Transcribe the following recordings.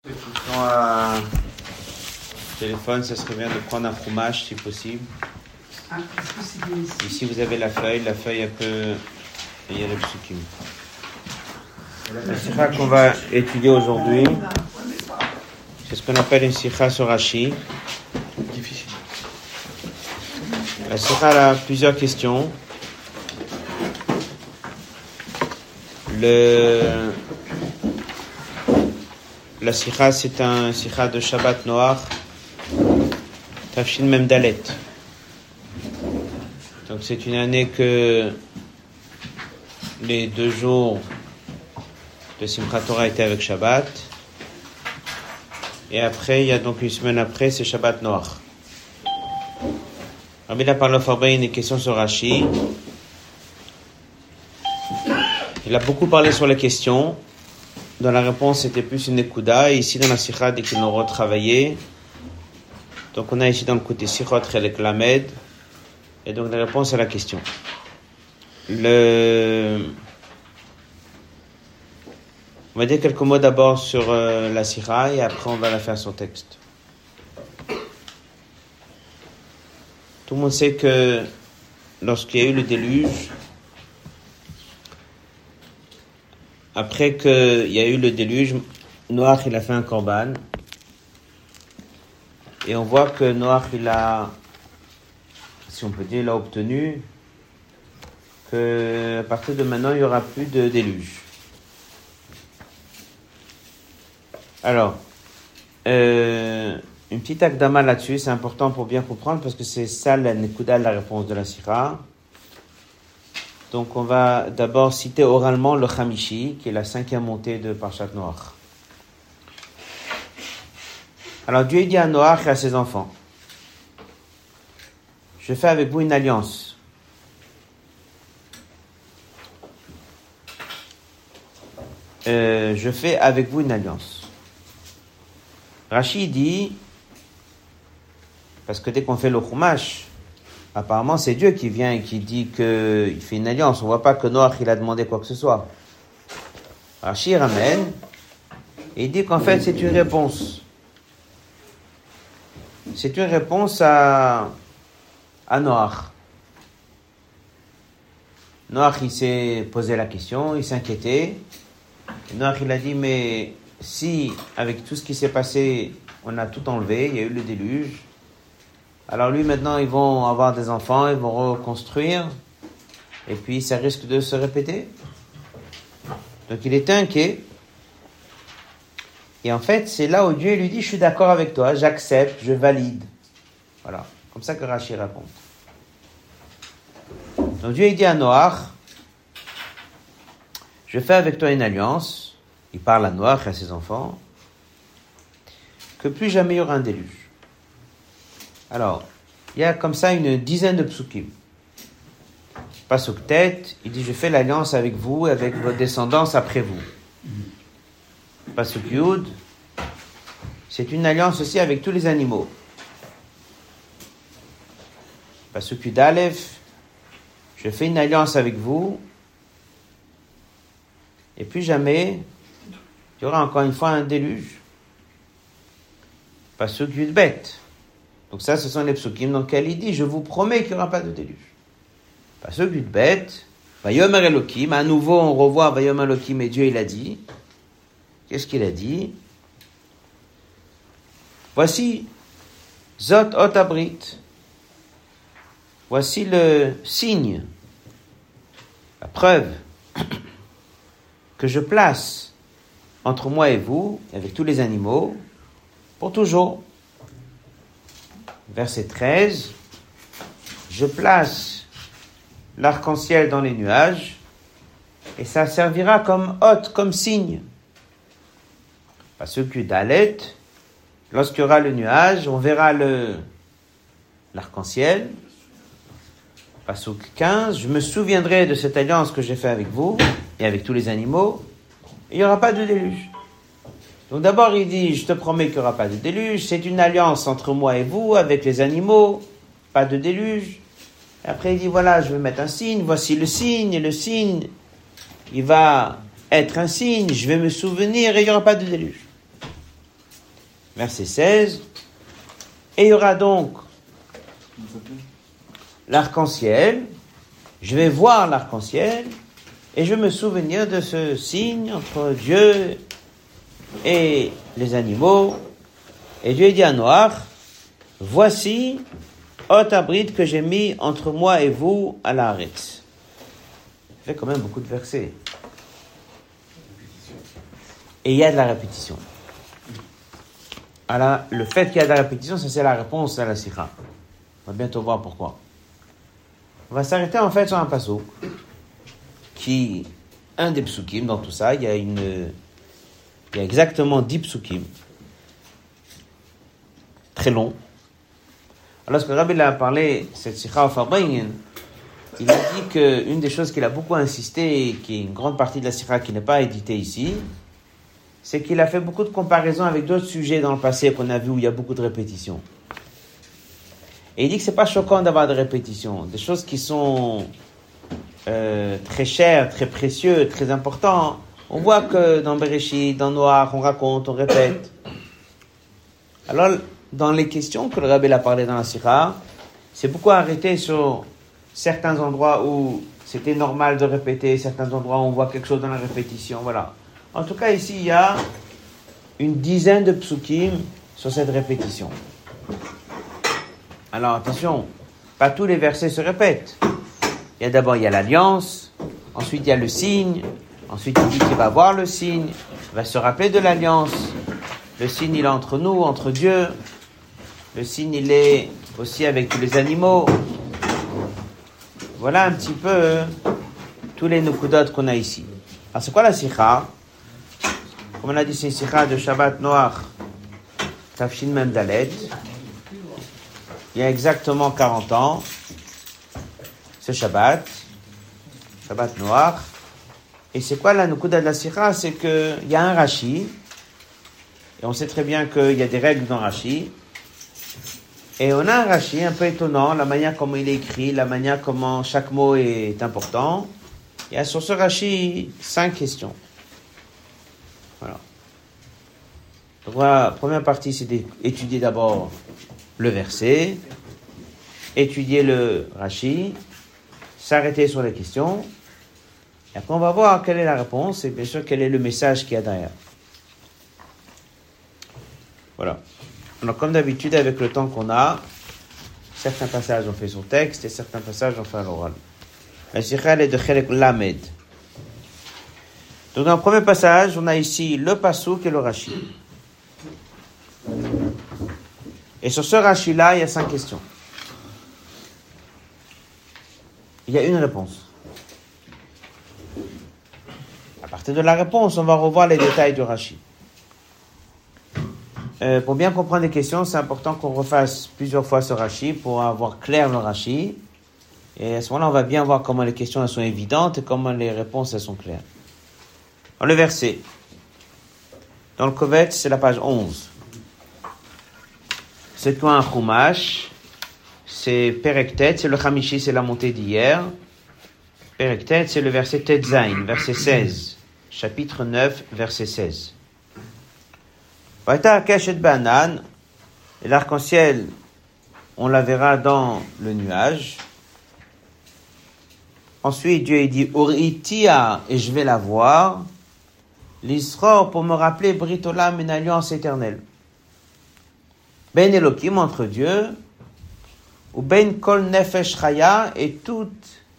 Ceux qui sont à téléphone, ça serait bien de prendre un fromage si possible. Ah, est-ce que c'est bien ici? Ici vous avez la feuille elle peut... Il y a le psukim. La sikha qu'on va étudier aujourd'hui, c'est ce qu'on appelle une sikha sur Rashi. Difficile. La sikha a plusieurs questions. La sikha, c'est un sikha de Shabbat Noach, Tafshin Memdalet. Donc c'est une année que les 2 jours de Simchat Torah étaient avec Shabbat. Et après, il y a donc une semaine après, c'est Shabbat Noach. Rabbi là parle au une question sur Rashi. Il a beaucoup parlé sur les questions. Dans la réponse, c'était plus une nekuda. Et ici, dans la sikha, dès qu'ils l'ont retravaillé. Donc, on a ici dans le côté sikhot chelek lamed. Et donc, la réponse à la question. On va dire quelques mots d'abord sur la sikha et après, on va la faire sur texte. Tout le monde sait que lorsqu'il y a eu le déluge, après qu'il y a eu le déluge, Noach, il a fait un korban. Et on voit que Noach, il a, si on peut dire, il a obtenu que à partir de maintenant, il n'y aura plus de déluge. Alors, une petite akdama là-dessus, c'est important pour bien comprendre parce que c'est ça la nekuda, la réponse de la sikha. Donc, on va d'abord citer oralement le Chamishi, qui est la 5e montée de Parshat Noach. Alors, Dieu dit à Noach et à ses enfants, je fais avec vous une alliance. Je fais avec vous une alliance. Rashi dit, parce que dès qu'on fait le Chumash, apparemment, c'est Dieu qui vient et qui dit qu'il fait une alliance. On ne voit pas que Noach, il a demandé quoi que ce soit. Rashi ramène et il dit qu'en fait, c'est une réponse. C'est une réponse à Noach. Noach, il s'est posé la question, il s'est inquiété. Et Noach, il a dit, mais si, avec tout ce qui s'est passé, on a tout enlevé, il y a eu le déluge, alors lui, maintenant, ils vont avoir des enfants, ils vont reconstruire, et puis ça risque de se répéter. Donc il était inquiet. Et en fait, c'est là où Dieu lui dit, je suis d'accord avec toi, j'accepte, je valide. Voilà, comme ça que Rashi raconte. Donc Dieu, il dit à Noach, je fais avec toi une alliance, il parle à Noach et à ses enfants, que plus jamais il y aura un déluge. Alors, il y a comme ça une dizaine de psukim. Pasuk tête, il dit, je fais l'alliance avec vous et avec votre descendance après vous. Pasuk yud, c'est une alliance aussi avec tous les animaux. Pasuk yud aleph, je fais une alliance avec vous et plus jamais il y aura encore une fois un déluge. Pasuk yud bet. Donc ça, ce sont les psukim dans lesquels il dit, je vous promets qu'il n'y aura pas de déluge. Parce que bête, Vayomer Elohim, à nouveau on revoit Vayomer Elohim et Dieu il a dit, qu'est-ce qu'il a dit? Voici Zot Ot Abrit, voici le signe, la preuve que je place entre moi et vous, avec tous les animaux, pour toujours. Verset 13, je place l'arc-en-ciel dans les nuages et ça servira comme hôte, comme signe. Parce que Dalet, lorsqu'il y aura le nuage, on verra l'arc-en-ciel. Parce que 15, je me souviendrai de cette alliance que j'ai faite avec vous et avec tous les animaux et il n'y aura pas de déluge. Donc d'abord il dit, je te promets qu'il n'y aura pas de déluge, c'est une alliance entre moi et vous, avec les animaux, pas de déluge. Et après il dit, voilà, je vais mettre un signe, voici le signe, et le signe, il va être un signe, je vais me souvenir et il n'y aura pas de déluge. verset 16. Et il y aura donc l'arc-en-ciel. Je vais voir l'arc-en-ciel et je vais me souvenir de ce signe entre Dieu et les animaux. Et Dieu dit à Noach, voici Hot Abrit que j'ai mis entre moi et vous à la Haaretz. Ça fait quand même beaucoup de versets. Et il y a de la répétition. Alors, le fait qu'il y a de la répétition, ça c'est la réponse à la sikha. On va bientôt voir pourquoi. On va s'arrêter en fait sur un passouk qui, un des psukim dans tout ça, il y a exactement 10 psukim. Très long. Alors, lorsque Rabbi a parlé, cette sikha au Farbringen, il a dit qu'une des choses qu'il a beaucoup insisté, et qui est une grande partie de la sikha qui n'est pas éditée ici, c'est qu'il a fait beaucoup de comparaisons avec d'autres sujets dans le passé qu'on a vu où il y a beaucoup de répétitions. Et il dit que c'est pas choquant d'avoir des répétitions, des choses qui sont très chères, très précieuses, très importantes. On voit que dans Bereshit, dans Noach, on raconte, on répète. Alors, dans les questions que le Rabbi a parlé dans la Sikha, c'est beaucoup arrêté sur certains endroits où c'était normal de répéter, certains endroits où on voit quelque chose dans la répétition, voilà. En tout cas, ici, il y a une dizaine de psukim sur cette répétition. Alors, attention, pas tous les versets se répètent. Il y a l'alliance, ensuite il y a le signe, ensuite il dit qu'il va voir le signe, il va se rappeler de l'alliance. Le signe, il est entre nous, entre Dieu. Le signe, il est aussi avec tous les animaux. Voilà un petit peu tous les nukudot qu'on a ici. Alors, c'est quoi la sikha? Comme on a dit, c'est une sikha de Shabbat Noach, Tafshin Mem Daled. Il y a exactement 40 ans, ce Shabbat Noach. Et c'est quoi la nukuda de la sikha? C'est qu'il y a un Rashi, et on sait très bien qu'il y a des règles dans Rashi. Et on a un Rashi un peu étonnant, la manière comment il est écrit, la manière comment chaque mot est important. Il y a sur ce Rashi 5 questions. Voilà. Donc voilà, première partie, c'est d'étudier d'abord le verset, étudier le Rashi, s'arrêter sur les questions, et après on va voir quelle est la réponse et bien sûr quel est le message qu'il y a derrière. Voilà. Alors comme d'habitude, avec le temps qu'on a, certains passages on fait sur texte et certains passages on fait à l'oral. La sikha est de Chelek Lamed. Donc dans le premier passage, on a ici le passouk et le Rashi. Et sur ce Rashi-là, il y a 5 questions. Il y a une réponse. À partir de la réponse, on va revoir les détails du Rashi. Pour bien comprendre les questions, c'est important qu'on refasse plusieurs fois ce Rashi pour avoir clair le Rashi. Et à ce moment-là, on va bien voir comment les questions elles sont évidentes et comment les réponses elles sont claires. Alors, le verset. Dans le Kovetz, c'est la page 11. C'est quoi un Chumash? C'est Perektet, c'est le Chamishi, c'est la montée d'hier. Perektet, c'est le verset Tetzain, verset 16. Chapitre 9, verset 16. Vaïta Keshet Banan, et l'arc-en-ciel, on la verra dans le nuage. Ensuite, Dieu dit Uritia, et je vais la voir. L'Isra, pour me rappeler Brit Olam, une alliance éternelle. Ben Elohim, entre Dieu, ou Ben Kol Nefesh Chaya, et toute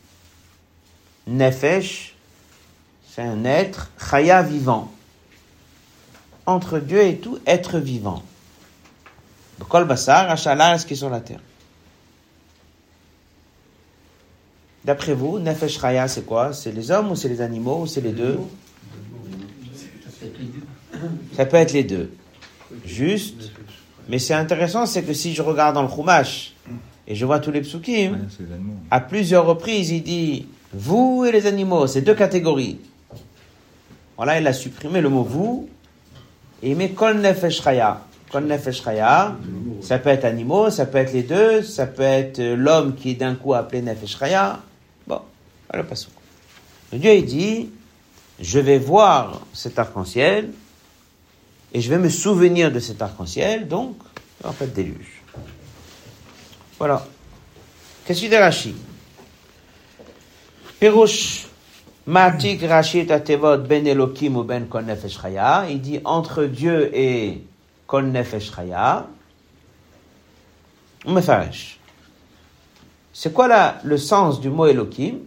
Nefesh, c'est un être, Chaya vivant. Entre Dieu et tout être vivant. Kol Basar, Hachala, ce qui est sur la terre. D'après vous, Nefesh Chaya, c'est quoi? C'est les hommes ou c'est les animaux ou c'est les deux? Ça peut être les deux. Juste. Mais c'est intéressant, c'est que si je regarde dans le Chumash et je vois tous les psukim, à plusieurs reprises, il dit vous et les animaux, c'est 2 catégories. Voilà, il a supprimé le mot vous et il met Kol Nefesh Chaya. Kol Nefesh Chaya, ça peut être animaux, ça peut être les deux, ça peut être l'homme qui est d'un coup appelé Nefesh Chaya. Bon, voilà le passage. Dieu il dit je vais voir cet arc-en-ciel et je vais me souvenir de cet arc-en-ciel, donc, en fait, déluge. Voilà. Qu'est-ce qu'il dit Rashi? Pirouche, Matik Rashi Tatevot Ben Elokim ou Ben Kol Nefesh Chaya. Il dit entre Dieu et Kol Nefesh Chaya. On me faresh. C'est quoi le sens du mot Elokim?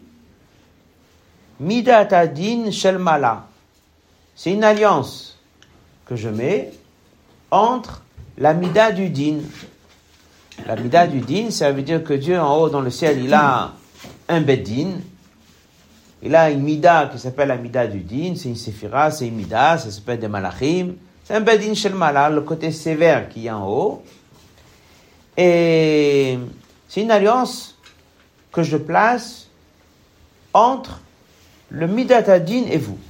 Midat Adin Shel Mala. C'est une alliance que je mets entre la Mida du Din. La Mida du Din, ça veut dire que Dieu en haut dans le ciel, il a un Beddin. Il a une Mida qui s'appelle la Mida du Din. C'est une Séphira, c'est une Mida, ça s'appelle des Malachim. C'est un Beddin Shel Mala, le côté sévère qui est en haut. Et c'est une alliance que je place entre le Midat Adin et vous.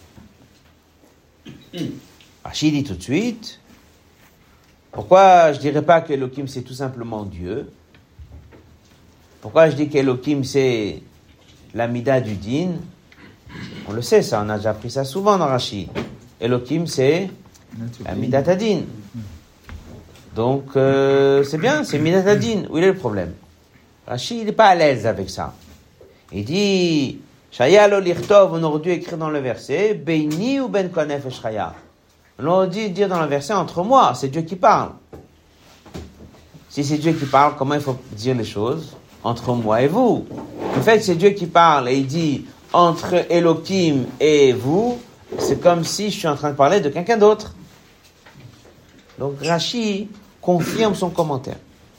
Rashi dit tout de suite, pourquoi je dirais pas qu'Elohim c'est tout simplement Dieu? Pourquoi je dis qu'Elohim c'est la Mida du Din? On le sait ça, on a déjà appris ça souvent dans Rashi. Elohim c'est la Midat Adin. Donc c'est bien, c'est Midat Adin. Où est le problème? Rashi il n'est pas à l'aise avec ça. Il dit Shaya lo lichtov, on aurait dû écrire dans le verset Beini ou ben kol nefesh chaya. On aurait dû dire dans le verset entre moi, c'est Dieu qui parle. Si c'est Dieu qui parle, comment il faut dire les choses? Entre moi et vous. En fait, c'est Dieu qui parle et il dit entre Elohim et vous, c'est comme si je suis en train de parler de quelqu'un d'autre. Donc Rashi confirme son commentaire.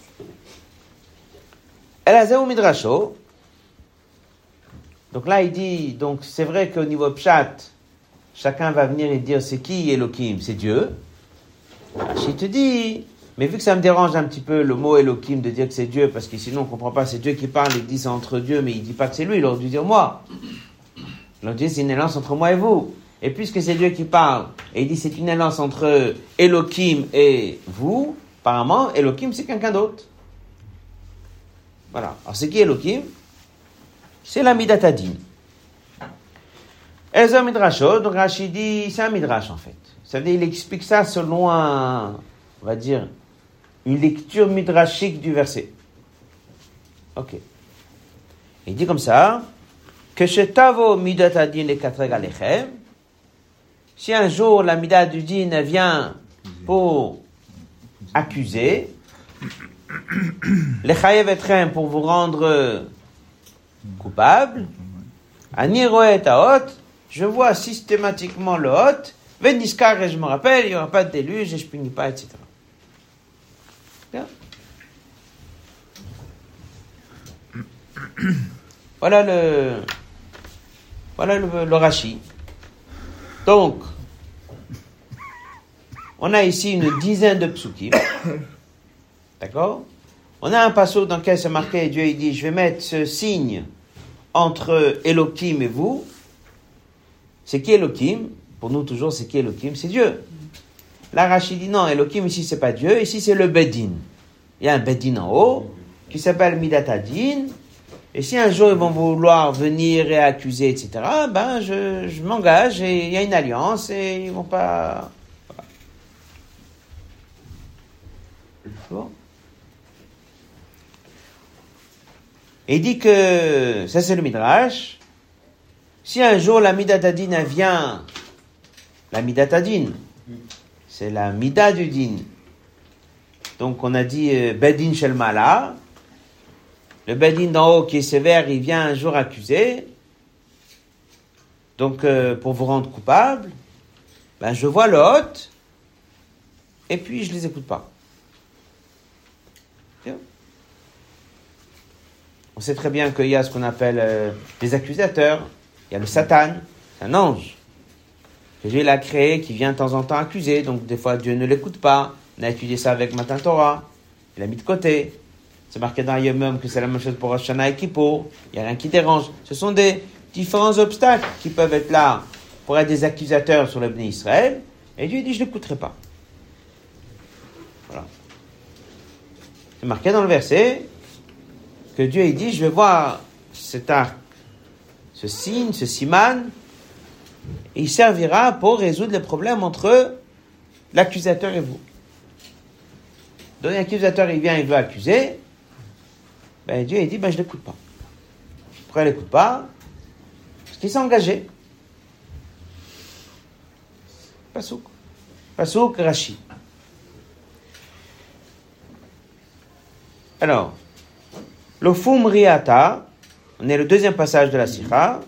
Elazeu Midrasho. Donc là, il dit, donc c'est vrai qu'au niveau Pshat, chacun va venir et dire c'est qui Elohim? C'est Dieu. Rashi te dit, mais vu que ça me dérange un petit peu le mot Elohim de dire que c'est Dieu, parce que sinon on ne comprend pas, c'est Dieu qui parle, il dit c'est entre Dieu, mais il ne dit pas que c'est lui, il aurait dû dire moi. Il aurait dû dire c'est une alliance entre moi et vous. Et puisque c'est Dieu qui parle, et il dit c'est une alliance entre Elohim et vous, apparemment, Elohim c'est quelqu'un d'autre. Voilà. Alors c'est qui Elohim? C'est la Midat Adin. Ezer Midrashot, donc Rashi dit, c'est un Midrash en fait. C'est-à-dire, il explique ça selon on va dire, une lecture midrashique du verset. Ok. Il dit comme ça, que Shetavo Midat Adin le katreg alechem, si un jour la Midat du Din vient pour accuser, le chayev etrem pour vous rendre coupable, ani roet haot, je vois systématiquement le hot, veniskar et je me rappelle, il n'y aura pas de déluge et je punis pas, etc. Bien. Voilà le Rashi. Donc, on a ici une dizaine de psukim. D'accord? On a un passage dans lequel c'est marqué, Dieu il dit, je vais mettre ce signe entre Elohim et vous. C'est qui Elohim? Pour nous toujours, c'est qui Elohim? C'est Dieu. Là, Rashi dit non, Elohim ici c'est pas Dieu, ici c'est le Beddin. Il y a un Beddin en haut qui s'appelle Midat Adin. Et si un jour ils vont vouloir venir et accuser, etc., ben je m'engage et il y a une alliance et ils vont pas. Voilà. Bon. Et il dit que, ça c'est le Midrash, si un jour la Midat Adin vient, la Midat Adin, c'est la Midat du Din. Donc on a dit Beddin Shel Mala, le Beddin d'en haut qui est sévère, il vient un jour accuser, donc pour vous rendre coupable, ben je vois le hot, et puis je les écoute pas. Bien. On sait très bien qu'il y a ce qu'on appelle des accusateurs. Il y a le Satan, c'est un ange que Dieu l'a créé, qui vient de temps en temps accuser. Donc des fois Dieu ne l'écoute pas. On a étudié ça avec Matan Torah. Il l'a mis de côté. C'est marqué dans Yom que c'est la même chose pour Rosh Hashanah et Kippour. Il n'y a rien qui dérange. Ce sont des différents obstacles qui peuvent être là pour être des accusateurs sur le Bnei Israël. Et Dieu dit, je ne l'écouterai pas. Voilà. C'est marqué dans le verset que Dieu il dit, je vais voir cet arc, ce signe, ce siman, et il servira pour résoudre les problèmes entre l'accusateur et vous. Donc l'accusateur, il vient, il veut accuser. Ben Dieu, il dit, ben je l'écoute pas. Pourquoi il l'écoute pas? Parce qu'il s'est engagé. Pasouk. Pasouk, Rashi. Alors, l'ofum riata, on est le deuxième passage de la Sikha.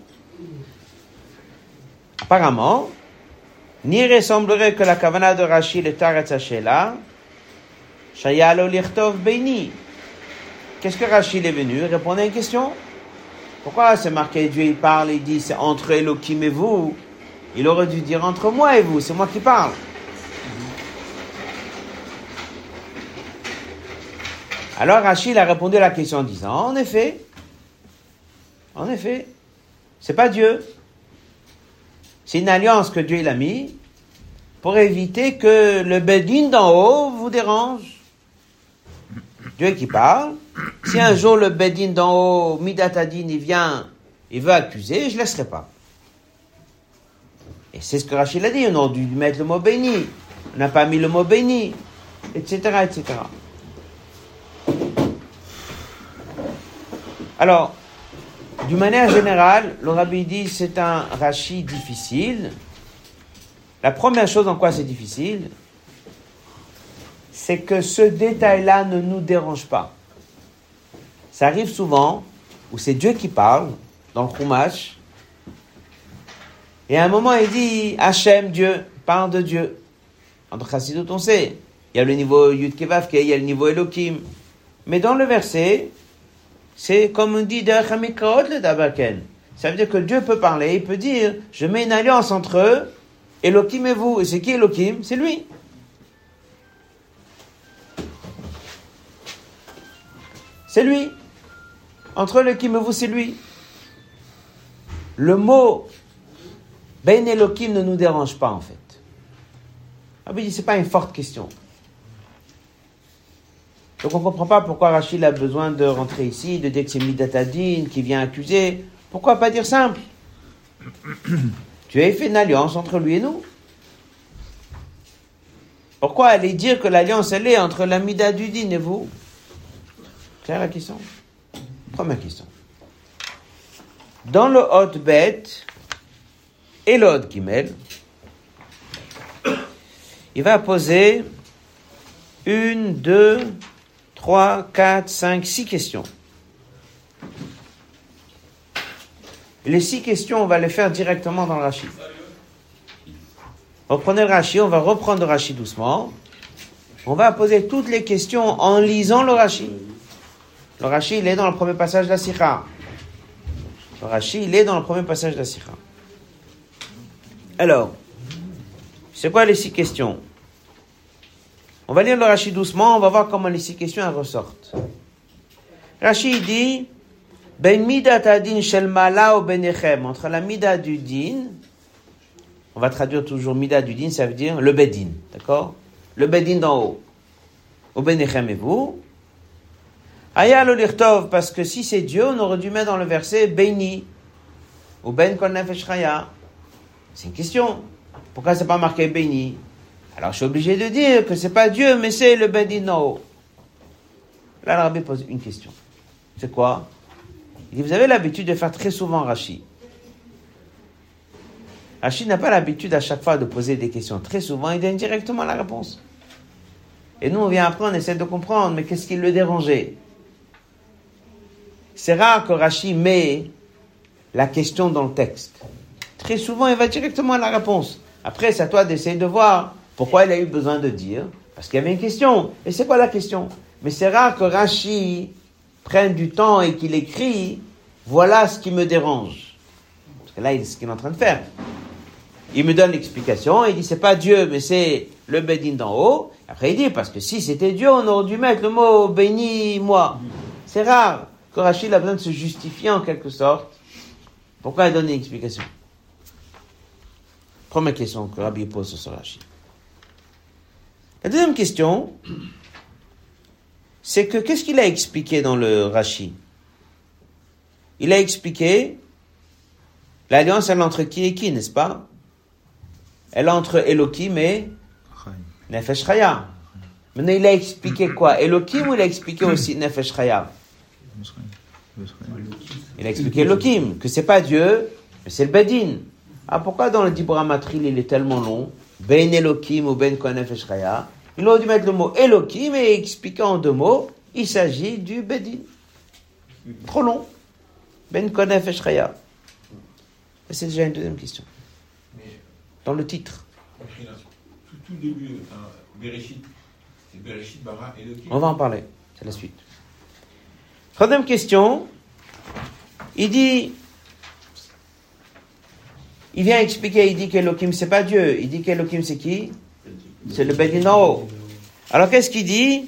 Apparemment, n'y semblerait que la kavana de Rashi le Taretz Hashela, Shayalo Lichtov Beini. Qu'est-ce que Rashi est venu répondre à une question? Pourquoi c'est marqué Dieu il parle, il dit c'est entre Elohim et vous? Il aurait dû dire entre moi et vous, c'est moi qui parle. Alors Rashi a répondu à la question en disant, en effet, c'est pas Dieu. C'est une alliance que Dieu il a mis pour éviter que le Bedin d'en haut vous dérange. Dieu qui parle. Si un jour le Bedin d'en haut, Midat Hadin, il vient, il veut accuser, je ne laisserai pas. Et c'est ce que Rachid a dit, on aurait dû mettre le mot béni, on n'a pas mis le mot béni, etc., etc. Alors, d'une manière générale, le Rabbi dit c'est un Rashi difficile. La première chose en quoi c'est difficile, c'est que ce détail-là ne nous dérange pas. Ça arrive souvent où c'est Dieu qui parle, dans le Chumash, et à un moment il dit Hachem, Dieu, parle de Dieu. Entre Chassidut, on sait, il y a le niveau Yud Kevavke, il y a le niveau Elohim. Mais dans le verset, c'est comme on dit de Chamikaot le Dabaken. Ça veut dire que Dieu peut parler, il peut dire je mets une alliance entre eux, Elohim et vous. Et c'est qui Elohim? C'est lui. C'est lui. Entre Elohim et vous, c'est lui. Le mot Ben Elohim ne nous dérange pas, en fait. Ah oui, c'est pas une forte question. Donc on ne comprend pas pourquoi Rachid a besoin de rentrer ici, de dire que c'est Midat Hadin qui vient accuser. Pourquoi pas dire simple? Tu as fait une alliance entre lui et nous. Pourquoi aller dire que l'alliance, elle est entre la Midat du Din et vous? C'est la question. Première question. Dans le Hot Bet et le Hot Gimel, il va poser 1, 2, 3, 4, 5, 6 questions. Les 6 questions, on va les faire directement dans le Rashi. Reprenez le Rashi, on va reprendre le Rashi doucement. On va poser toutes les questions en lisant le Rashi. Le Rashi, il est dans le premier passage de la Sikha. Le Rashi, il est dans le premier passage de la Sikha. Alors, c'est quoi les 6 questions? On va lire le Rashi doucement, on va voir comment les 6 questions elles ressortent. Rashi dit Ben midat adin shel mala ou benechem, entre la mida du din, on va traduire toujours mida du din, ça veut dire le bedin, d'accord? Le bedin d'en haut. Au benechem et vous. Aya lo lirtov, parce que si c'est Dieu, on aurait dû mettre dans le verset Beini ou Ben kol nefesh chaya. C'est une question. Pourquoi c'est pas marqué Beini? Alors je suis obligé de dire que c'est pas Dieu, mais c'est le Bedin d'en haut. Là, le Rabbi pose une question. C'est quoi? Il dit, vous avez l'habitude de faire très souvent Rashi. Rashi n'a pas l'habitude à chaque fois de poser des questions. Très souvent, il donne directement la réponse. Et nous, on vient après, on essaie de comprendre, mais qu'est-ce qui le dérangeait? C'est rare que Rashi met la question dans le texte. Très souvent, il va directement à la réponse. Après, c'est à toi d'essayer de voir pourquoi il a eu besoin de dire. Parce qu'il y avait une question. Et c'est quoi la question? Mais c'est rare que Rashi prenne du temps et qu'il écrit « Voilà ce qui me dérange ». Parce que là, c'est ce qu'il est en train de faire. Il me donne l'explication. Il dit « C'est pas Dieu, mais c'est le Bedin d'en haut ». Après, il dit « Parce que si c'était Dieu, on aurait dû mettre le mot « béni moi ». C'est rare que Rashi a besoin de se justifier en quelque sorte. Pourquoi il donne une explication? Première question que Rabbi pose sur ce Rashi. La deuxième question, c'est que qu'est-ce qu'il a expliqué dans le Rashi? Il a expliqué l'alliance, elle entre qui et qui, n'est-ce pas? Elle entre Elohim Nefesh Chaya. Maintenant, il a expliqué quoi? Elohim ou il a expliqué aussi Nefesh Chaya? Il a expliqué Elohim, que c'est pas Dieu, mais c'est le Bedin. Ah, pourquoi dans le Dibra Matril il est tellement long? Ben Elohim ou Ben Kohen Nefesh Chaya. Ils ont dû mettre le mot Elohim et expliquer en 2 mots, il s'agit du Bedin. Trop long. Ben Kohen Nefesh Chaya. Et c'est déjà une deuxième question. Dans le titre. Tout début, Bereshit, c'est Bereshit bara Elohim. On va en parler, c'est la suite. Troisième question. Il vient expliquer, il dit qu'Elohim c'est pas Dieu. Il dit qu'Elohim c'est qui? C'est le Bedin en haut. Alors qu'est-ce qu'il dit?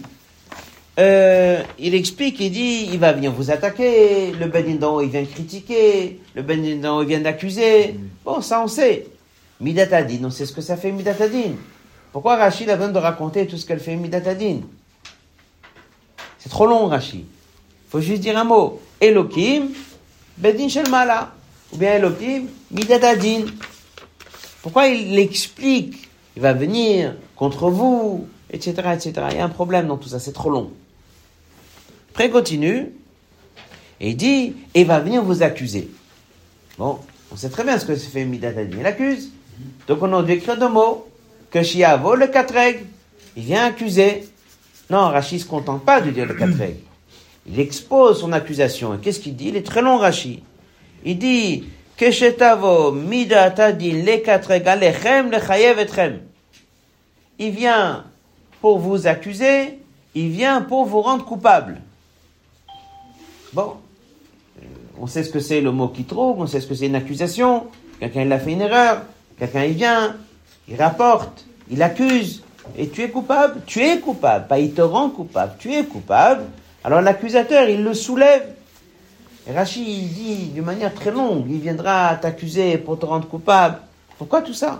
Il explique, il dit, il va venir vous attaquer, le Bedin d'en haut il vient critiquer, le Bedin d'en haut il vient d'accuser. Bon, ça on sait. Midatadin, on sait ce que ça fait Midatadin. Pourquoi Rachid a besoin de raconter tout ce qu'elle fait Midatadin? C'est trop long, Rachid. Il faut juste dire un mot. Elohim, Bedin Shel Mala. Ou bien Elohim, Midatadin. Pourquoi il l'explique? Il va venir contre vous, etc., etc. Il y a un problème dans tout ça, c'est trop long. Après, il continue. Et il dit, et il va venir vous accuser. Bon, on sait très bien ce que ça fait Midatadin. Il accuse. Donc on a dû écrire 2 mots. Que Shiavo, le Katreg, il vient accuser. Non, Rachid ne se contente pas de dire le Katreg. Il expose son accusation. Et qu'est-ce qu'il dit? Il est très long, Rachid. Il dit, Keshetavo, Midatadin, le Katreg, alechem, le chayev etchem. Il vient pour vous accuser, il vient pour vous rendre coupable. Bon, on sait ce que c'est le mot qui trouve, on sait ce que c'est une accusation. Quelqu'un il a fait une erreur, quelqu'un il vient, il rapporte, il accuse, et tu es coupable, pas il te rend coupable, tu es coupable. Alors l'accusateur, il le soulève. Et Rachid, il dit d'une manière très longue, il viendra t'accuser pour te rendre coupable. Pourquoi tout ça?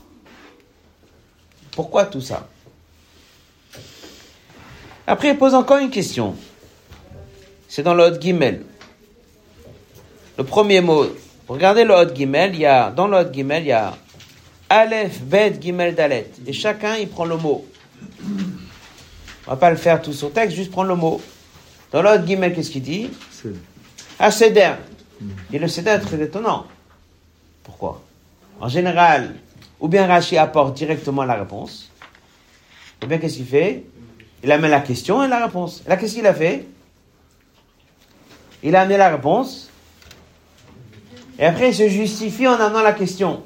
Pourquoi tout ça? Après, il pose encore une question. C'est dans le Hod Gimel. Le premier mot. Regardez le Hod Gimel, dans le Hod Gimel, il y a Aleph, Bet, Gimel, Dalet. Et chacun, il prend le mot. On va pas le faire tout sur texte, juste prendre le mot. Dans le Hod Gimel, qu'est-ce qu'il dit? Seder. Et le Seder est très étonnant. Pourquoi? En général, ou bien Rashi apporte directement la réponse, ou bien qu'est-ce qu'il fait? Il amène la question et la réponse. Et là, qu'est-ce qu'il a fait? Il a amené la réponse, et après il se justifie en amenant la question.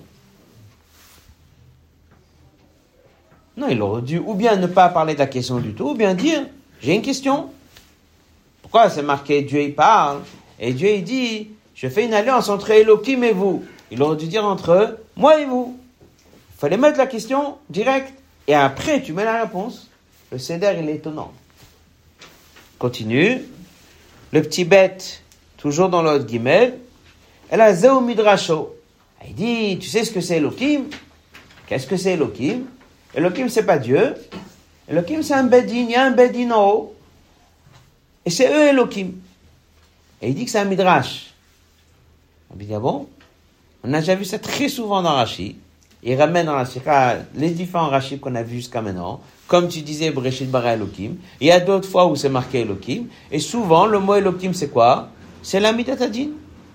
Non, il aurait dû ou bien ne pas parler de la question du tout, ou bien dire, j'ai une question. Pourquoi c'est marqué Dieu il parle, et Dieu il dit, je fais une alliance entre Elohim et vous. Il aurait dû dire entre moi et vous. Il fallait mettre la question directe, et après tu mets la réponse. Le Seder, il est étonnant. Continue. Le petit bête, toujours dans l'autre Gimel, elle a Zéou Midrasho. Il dit, tu sais ce que c'est Elohim? Qu'est-ce que c'est Elohim? Elohim, c'est pas Dieu. Elohim, c'est un Bedin. Il y a un Bedin en haut. Et c'est eux Elohim. Et il dit que c'est un Midrash. On dit, ah bon? On a déjà vu ça très souvent dans Rashi. Il ramène dans la Sikha les différents Rashi qu'on a vus jusqu'à maintenant. Comme tu disais, Bereshit bara Elohim. Il y a d'autres fois où c'est marqué Elohim. Et souvent, le mot Elohim, c'est quoi? C'est la Midatadin.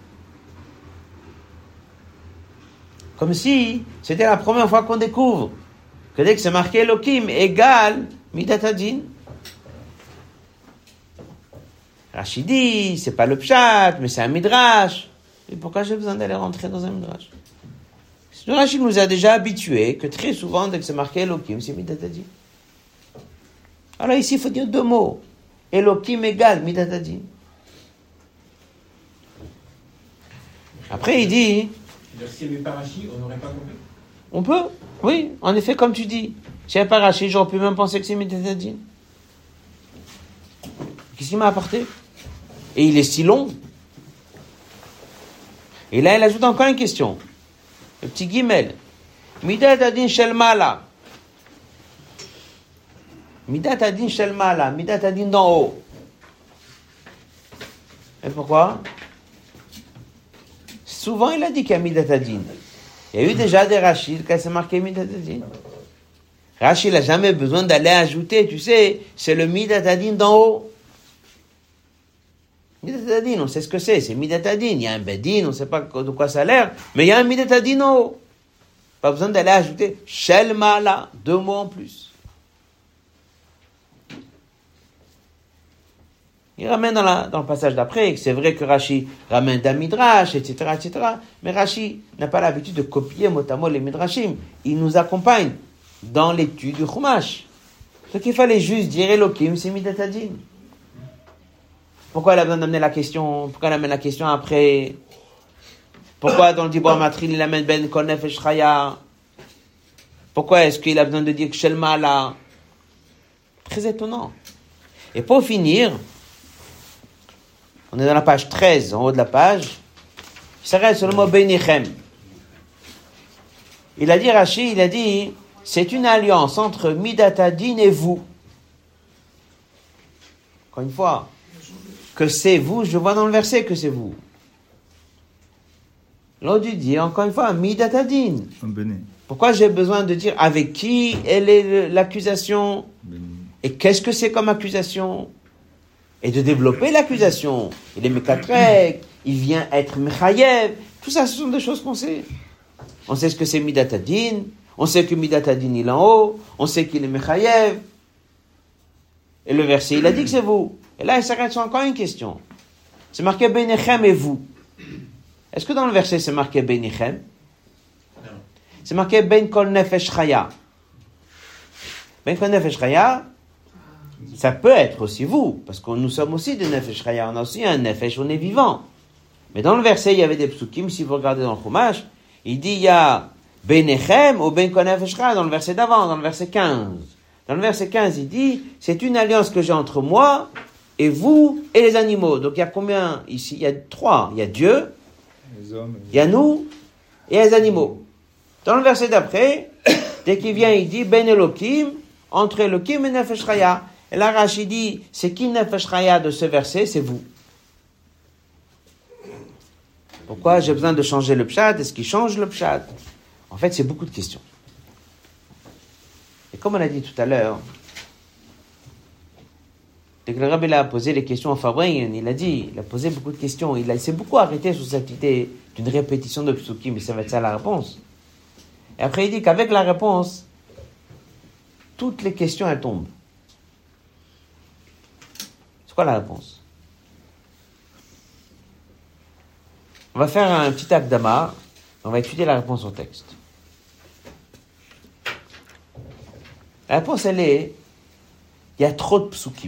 Comme si c'était la première fois qu'on découvre que dès que c'est marqué Elohim égale Midatadin. Rachid dit, c'est pas le Pshat, mais c'est un Midrash. Et pourquoi j'ai besoin d'aller rentrer dans un Midrash? Le Rachid nous a déjà habitués que très souvent, dès que c'est marqué Elohim, c'est Midatadin. Alors ici, il faut dire 2 mots. Elohim égale Midatadin. Après, il dit... Si il n'y avait pas Rachid, on n'aurait pas compris. On peut, oui. En effet, comme tu dis. Si il n'y avait pas Rachid, j'aurais pu même penser que c'est Midatadin. Qu'est-ce qu'il m'a apporté? Et il est si long. Et là, il ajoute encore une question. Le petit Gimel. Midatadin shel mala. Midatadin shel mala. Midatadin d'en haut. Et pourquoi? Souvent, il a dit qu'il y a Midatadin. Il y a eu déjà des Rachid quand c'est marqué Midatadin. Rashi n'a jamais besoin d'aller ajouter, tu sais, c'est le Midatadin d'en haut. Midatadin, on sait ce que c'est Midatadin. Il y a un Bedin, on ne sait pas de quoi ça a l'air, mais il y a un Midatadin en haut. Pas besoin d'aller ajouter Shel Ma'ala, 2 mots en plus. Il ramène dans le passage d'après, que c'est vrai que Rashi ramène d'un Midrash, etc., etc., mais Rashi n'a pas l'habitude de copier mot à mot les Midrashim. Il nous accompagne dans l'étude du Chumash. Donc il fallait juste dire Elohim, c'est Midatadin. Pourquoi il a besoin d'amener la question? Pourquoi il amène la question après? Pourquoi dans le Dibor Matril il amène Ben Konef et Shraya? Pourquoi est-ce qu'il a besoin de dire Shel Ma'ala? Très étonnant. Et pour finir, on est dans la page 13, en haut de la page, il s'arrête sur le mot Beinichem. Il a dit, Rashi, il a dit, c'est une alliance entre Midatadin et vous. Encore une fois, que c'est vous, je vois dans le verset que c'est vous. L'autre dit, encore une fois, Midatadin. Pourquoi j'ai besoin de dire avec qui elle est l'accusation? Et qu'est-ce que c'est comme accusation? Et de développer l'accusation. Il est Mekatrek, il vient être Mechayev. Tout ça, ce sont des choses qu'on sait. On sait ce que c'est Midatadin, on sait que Midatadin il est en haut, on sait qu'il est Mechayev. Et le verset, il a dit que c'est vous. Et là, il s'arrête sur encore une question. C'est marqué Beinichem et vous. Est-ce que dans le verset, c'est marqué Beinichem? Non. C'est marqué Ben Kol Nefesh Chaya. Ben Kol Nefesh Chaya, ça peut être aussi vous, parce que nous sommes aussi des Nefesh Chaya, on a aussi un Nefesh, on est vivant. Mais dans le verset, il y avait des psukim, si vous regardez dans le Chumash, il dit il y a Beinichem ou Ben Kol Nefesh Chaya dans le verset d'avant, dans le verset 15. Dans le verset 15, il dit, c'est une alliance que j'ai entre moi et vous et les animaux. Donc il y a combien ici? Il y a 3. Il y a Dieu, il y a nous et les animaux. Dans le verset d'après, dès qu'il vient, il dit Ben Elohim, entre Elohim et Nefesh Chaya. Et là, Rashi dit, c'est qui Nefesh Chaya de ce verset? C'est vous. Pourquoi j'ai besoin de changer le pshat? Est-ce qu'il change le pshat? En fait, c'est beaucoup de questions. Et comme on a dit tout à l'heure, dès que le Rabbi a posé les questions en Fabrin, il a posé beaucoup de questions. Il s'est beaucoup arrêté sur cette idée d'une répétition de psukim, mais ça va être ça la réponse. Et après, il dit qu'avec la réponse, toutes les questions, elles tombent. C'est quoi la réponse? On va faire un petit akdama, on va étudier la réponse au texte. La réponse, elle est, il y a trop de psukim.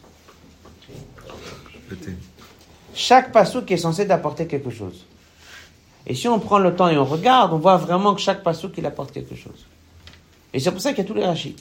Chaque pasouk est censé apporter quelque chose. Et si on prend le temps et on regarde, on voit vraiment que chaque pasouk, il apporte quelque chose. Et c'est pour ça qu'il y a tous les rachis.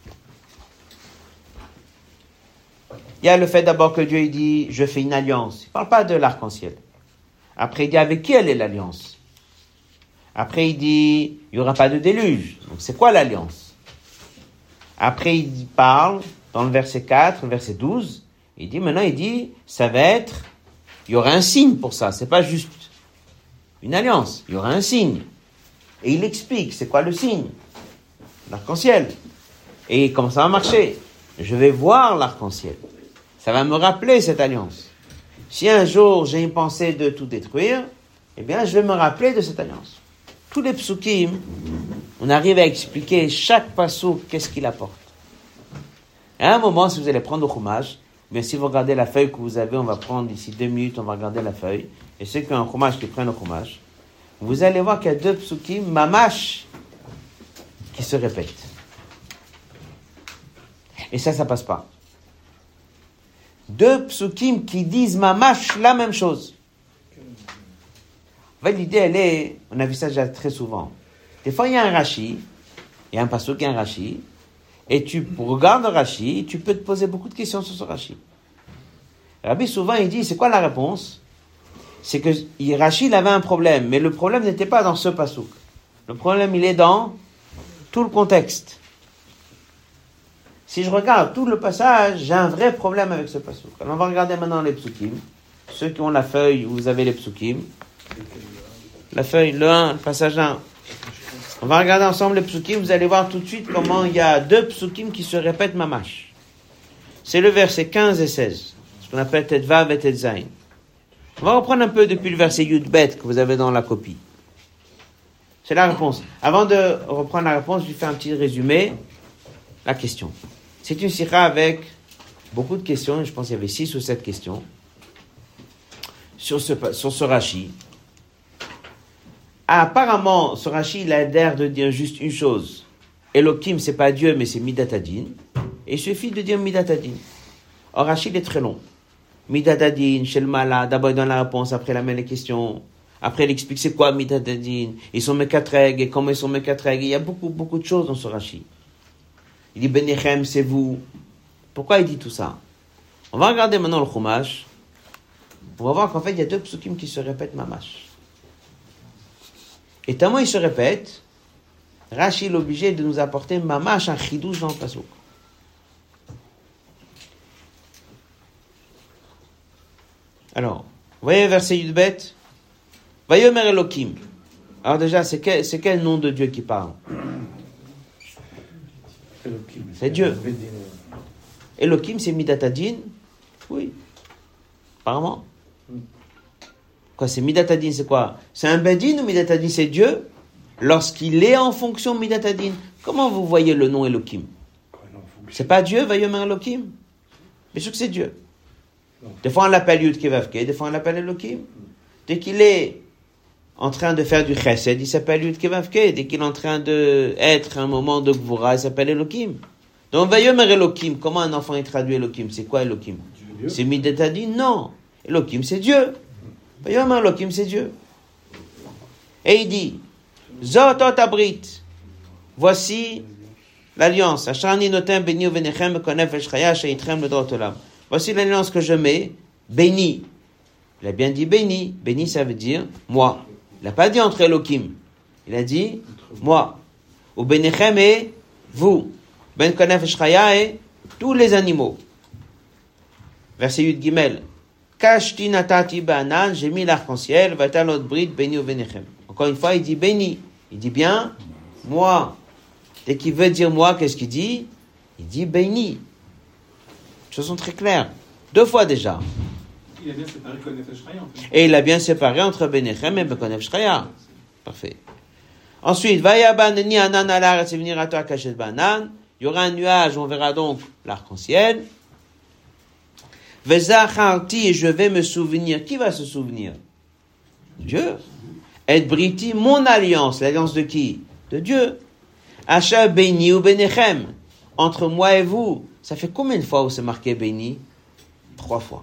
Il y a le fait d'abord que Dieu il dit, je fais une alliance. Il ne parle pas de l'arc-en-ciel. Après, il dit, avec qui elle est l'alliance? Après, il dit, il n'y aura pas de déluge. Donc, c'est quoi l'alliance? Après, il parle, dans le verset 4, verset 12, il dit, ça va être, il y aura un signe pour ça. C'est pas juste une alliance. Il y aura un signe. Et il explique, c'est quoi le signe? L'arc-en-ciel. Et comment ça va marcher? Je vais voir l'arc-en-ciel. Ça va me rappeler cette alliance. Si un jour j'ai une pensée de tout détruire, eh bien, je vais me rappeler de cette alliance. Tous les psukim, on arrive à expliquer chaque pasouk, qu'est-ce qu'il apporte. À un moment, si vous allez prendre le chumash, bien, si vous regardez la feuille que vous avez, on va prendre d'ici 2 minutes, on va regarder la feuille. Et ceux qui ont un chumash, qui prennent le chumash, vous allez voir qu'il y a 2 psukim, mamash, qui se répètent. Et ça passe pas. 2 psukim qui disent mamash la même chose. En fait, l'idée, elle est, on a vu ça déjà très souvent. Des fois, il y a un rashi, il y a un pasuk, il y a un rashi, et tu regardes le rashi, tu peux te poser beaucoup de questions sur ce rashi. Rabbi, souvent, il dit, c'est quoi la réponse? C'est que Rashi, il avait un problème, mais le problème n'était pas dans ce pasuk. Le problème, il est dans tout le contexte. Si je regarde tout le passage, j'ai un vrai problème avec ce pasuk. Alors, on va regarder maintenant les psukim. Ceux qui ont la feuille où vous avez les psukim. La feuille, le 1, le passage 1. On va regarder ensemble les psukim, vous allez voir tout de suite comment il y a deux psukim qui se répètent mamash. C'est le verset 15 et 16, ce qu'on appelle Tetvav et Tetzain. On va reprendre un peu depuis le verset Yudbet que vous avez dans la copie. C'est la réponse. Avant de reprendre la réponse, je lui fais un petit résumé. La question. C'est une sikha avec beaucoup de questions, je pense qu'il y avait 6 ou 7 questions, sur ce Rashi. Apparemment, ce Rashi, il a l'air de dire juste une chose. Elohim, c'est pas Dieu, mais c'est Midatadin. Et il suffit de dire Midatadin. Or, Rashi, il est très long. Midatadin, Shelmala, d'abord il donne la réponse, après il amène les questions. Après, il explique c'est quoi Midatadin. Ils sont Mekatreg, et comment ils sont Mekatreg. Il y a beaucoup de choses dans ce Rashi. Il dit Benechem, c'est vous. Pourquoi il dit tout ça? On va regarder maintenant le Chumash. On va voir qu'en fait, il y a deux psukim qui se répètent mamash. Et tellement ils se répètent, Rashi est obligé de nous apporter mamash, un chidouche dans le pasuk. Alors, vous voyez verset Yudbet? Vayomer Elohim. Alors déjà, c'est quel nom de Dieu qui parle? C'est Dieu. Elohim, c'est Midatadin? Oui. Apparemment. Quoi, c'est Midatadin, c'est quoi? C'est un Bedin ou Midatadin, c'est Dieu? Lorsqu'il est en fonction Midatadin. Comment vous voyez le nom Elohim? C'est pas Dieu, Vayomer Elohim? Bien sûr que c'est Dieu. Des fois on l'appelle Yud Kevavke, des fois on l'appelle Elohim. Dès qu'il est en train de faire du chesed, il s'appelle Yud Kevavke. Dès qu'il est en train d'être un moment de Gvura, il s'appelle Elohim. Donc Vayomer Elohim, comment un enfant il traduit Elohim? C'est quoi Elohim? C'est Midatadin? Non. Elohim c'est Dieu. Vayomer Elohim c'est Dieu. Et il dit Zot ot abrit. Voici l'alliance. Ashrani notem beni uvenechem mekonef eshchaya sheitrem ledrot olam. Voici l'alliance que je mets, béni. Il a bien dit béni. Béni, ça veut dire moi. Il n'a pas dit entre Elohim. Il a dit moi. Ou benechem et vous. Ben konef eshchaya et tous les animaux. Verset 8 Gimel. Kashti natati ba'anan, j'ai mis l'arc-en-ciel, vatalot brit béni uvenechem. Encore une fois, il dit béni. Il dit bien moi. Dès qu'il veut dire moi, qu'est-ce qu'il dit? Il dit béni. Les choses sont très claires. 2 fois déjà. Il a bien séparé Konef et Shraya, en fait. Et il a bien séparé entre Benechem et Bekonef Shraya. Parfait. Ensuite, Vayabaneni anan alar et venir à toi cachet banan. Il y aura un nuage, on verra donc l'arc-en-ciel. Vezacharti, et je vais me souvenir. Qui va se souvenir? Dieu. Et briti, mon alliance. L'alliance de qui? De Dieu. Asha béni ou Benechem. Entre moi et vous. Ça fait combien de fois où c'est marqué béni? 3 fois.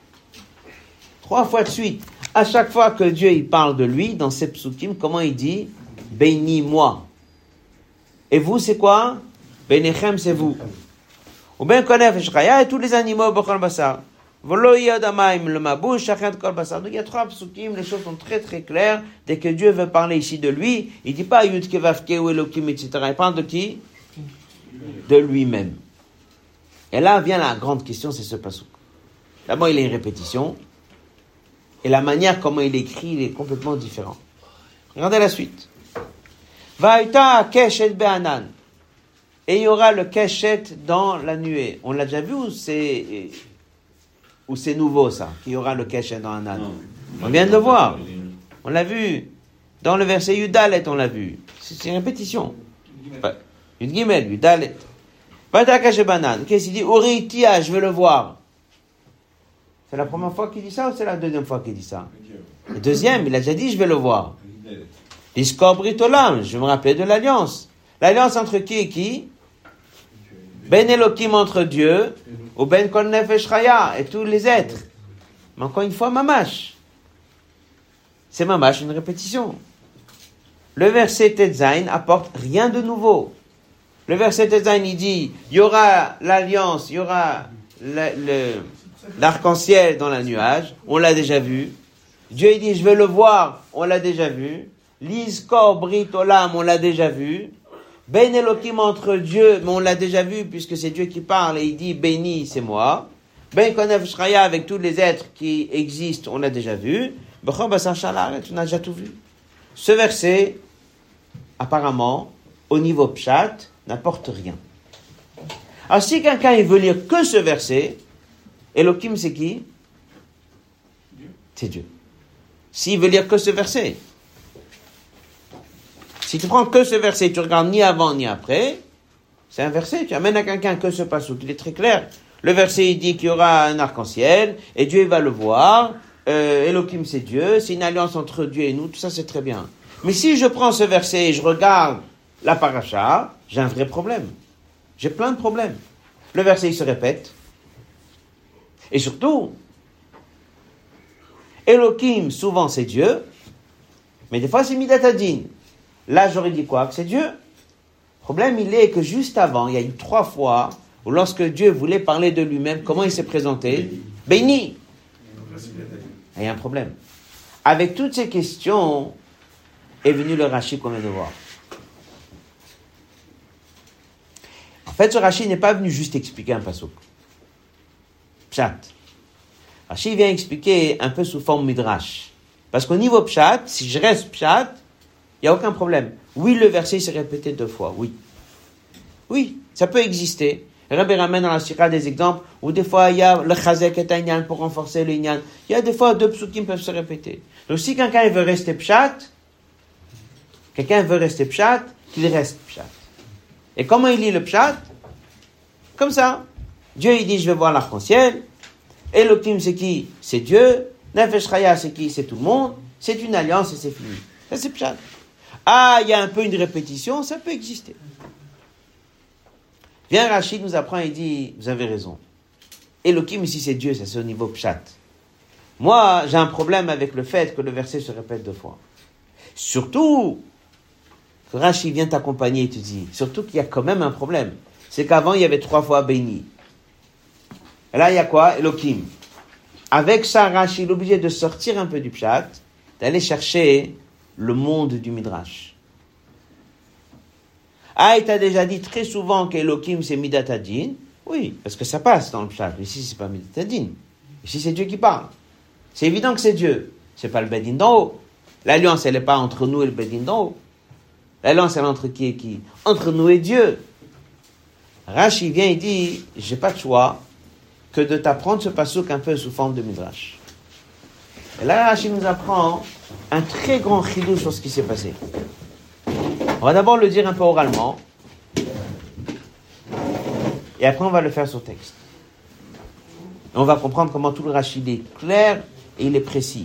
3 fois de suite. À chaque fois que Dieu il parle de lui, dans ses psukim, comment il dit? Bénis-moi. Et vous, c'est quoi? Benechem, c'est vous. Ou ben konef et shraya, et tous les animaux, b'chol basar. V'lo yadamaim le mabouche, chacun kol basar. Donc il y a 3 psukim, les choses sont très très claires. Dès que Dieu veut parler ici de lui, il dit pas Yud Kevavke ou Elohim, etc. Il parle de qui? De lui-même. Et là vient la grande question, c'est ce pasuk. D'abord, il y a une répétition. Et la manière comment il écrit, il est complètement différent. Regardez la suite. Vaïta keshet be'anan. Et il y aura le keshet dans la nuée. On l'a déjà vu ou c'est nouveau ça? Qu'il y aura le keshet dans Anan? On vient de le voir. On l'a vu. Dans le verset Yudalet, on l'a vu. C'est une répétition. Yud Gimel, Yudalet. Vaïta keshet be'anan. Qu'est-ce qu'il dit? Uritia, je veux le voir. C'est la première fois qu'il dit ça ou c'est la deuxième fois qu'il dit ça? La deuxième, il a déjà dit je vais le voir. Iskor britolam, je me rappelle de l'alliance. L'alliance entre qui et qui? Ben Elohim entre Dieu, ou Ben Kol Nefesh Chaya, et tous les êtres. Mais encore une fois, mamash. C'est mamash, une répétition. Le verset Tetzain apporte rien de nouveau. Le verset Tetzain, il dit, il y aura l'alliance, il y aura l'arc-en-ciel dans le nuage, on l'a déjà vu. Dieu il dit, je veux le voir, on l'a déjà vu. L'Iskor Brit Olam, on l'a déjà vu. Ben Elohim entre Dieu, mais on l'a déjà vu puisque c'est Dieu qui parle et il dit, béni, c'est moi. Ben Konef Shraya avec tous les êtres qui existent, on l'a déjà vu. Bechor Basar Shalaret, on a déjà tout vu. Ce verset apparemment, au niveau pshat, n'apporte rien. Alors si quelqu'un il veut lire que ce verset, Elohim c'est qui? C'est Dieu. S'il veut lire que ce verset, si tu prends que ce verset, tu regardes ni avant ni après, c'est un verset, tu amènes à quelqu'un que ce passouk, il est très clair. Le verset il dit qu'il y aura un arc-en-ciel, et Dieu il va le voir, Elohim c'est Dieu, c'est une alliance entre Dieu et nous, tout ça c'est très bien. Mais si je prends ce verset et je regarde la paracha, j'ai un vrai problème. J'ai plein de problèmes. Le verset il se répète, et surtout, Elohim souvent c'est Dieu, mais des fois c'est Midat Hadin. Là j'aurais dit quoi? Que c'est Dieu. Le problème il est que juste avant, il y a eu 3 fois où lorsque Dieu voulait parler de lui-même, comment il s'est présenté? Béni. Il y a un problème. Avec toutes ces questions, est venu le Rashi qu'on vient de voir. En fait, ce Rashi n'est pas venu juste expliquer un passouk. Pshat. Rashi vient expliquer un peu sous forme midrash. Parce qu'au niveau pshat, si je reste pshat, il n'y a aucun problème. Oui, le verset s'est répété 2 fois, oui. Oui, ça peut exister. Rabbi ramène dans la Sira des exemples où des fois il y a le chazek et inyan pour renforcer le inyan. Il y a des fois 2 psukim peuvent se répéter. Donc si quelqu'un veut rester pshat, qu'il reste pshat. Et comment il lit le pshat? Comme ça. Dieu il dit je vais voir l'arc-en-ciel. Elohim c'est qui? C'est Dieu. Nefesh Chaya c'est qui? C'est tout le monde. C'est une alliance et c'est fini. Ça c'est pshat. Ah, il y a un peu une répétition, ça peut exister. Bien, Rachid nous apprend et dit, vous avez raison. Elohim ici c'est Dieu, ça c'est au niveau pshat. Moi, j'ai un problème avec le fait que le verset se répète 2 fois. Surtout que Rachid vient t'accompagner et te dit, surtout qu'il y a quand même un problème. C'est qu'avant, il y avait 3 fois béni. Et là, il y a quoi? Elohim. Avec ça, Rachid est obligé de sortir un peu du pshat, d'aller chercher le monde du midrash. Ah, il t'a déjà dit très souvent qu'Elohim c'est Midat Hadin. Oui, parce que ça passe dans le pshat. Ici, c'est pas Midat Hadin. Ici, c'est Dieu qui parle. C'est évident que c'est Dieu. C'est pas le Bedin d'en haut. L'alliance, elle n'est pas entre nous et le Bedin d'en haut. L'alliance, elle est entre qui et qui? Entre nous et Dieu. Rashi vient et dit, j'ai pas de choix que de t'apprendre ce passouk un peu sous forme de midrash. Et là, Rashi nous apprend un très grand chidouch sur ce qui s'est passé. On va d'abord le dire un peu oralement, et après on va le faire sur texte. Et on va comprendre comment tout le Rashi est clair et il est précis.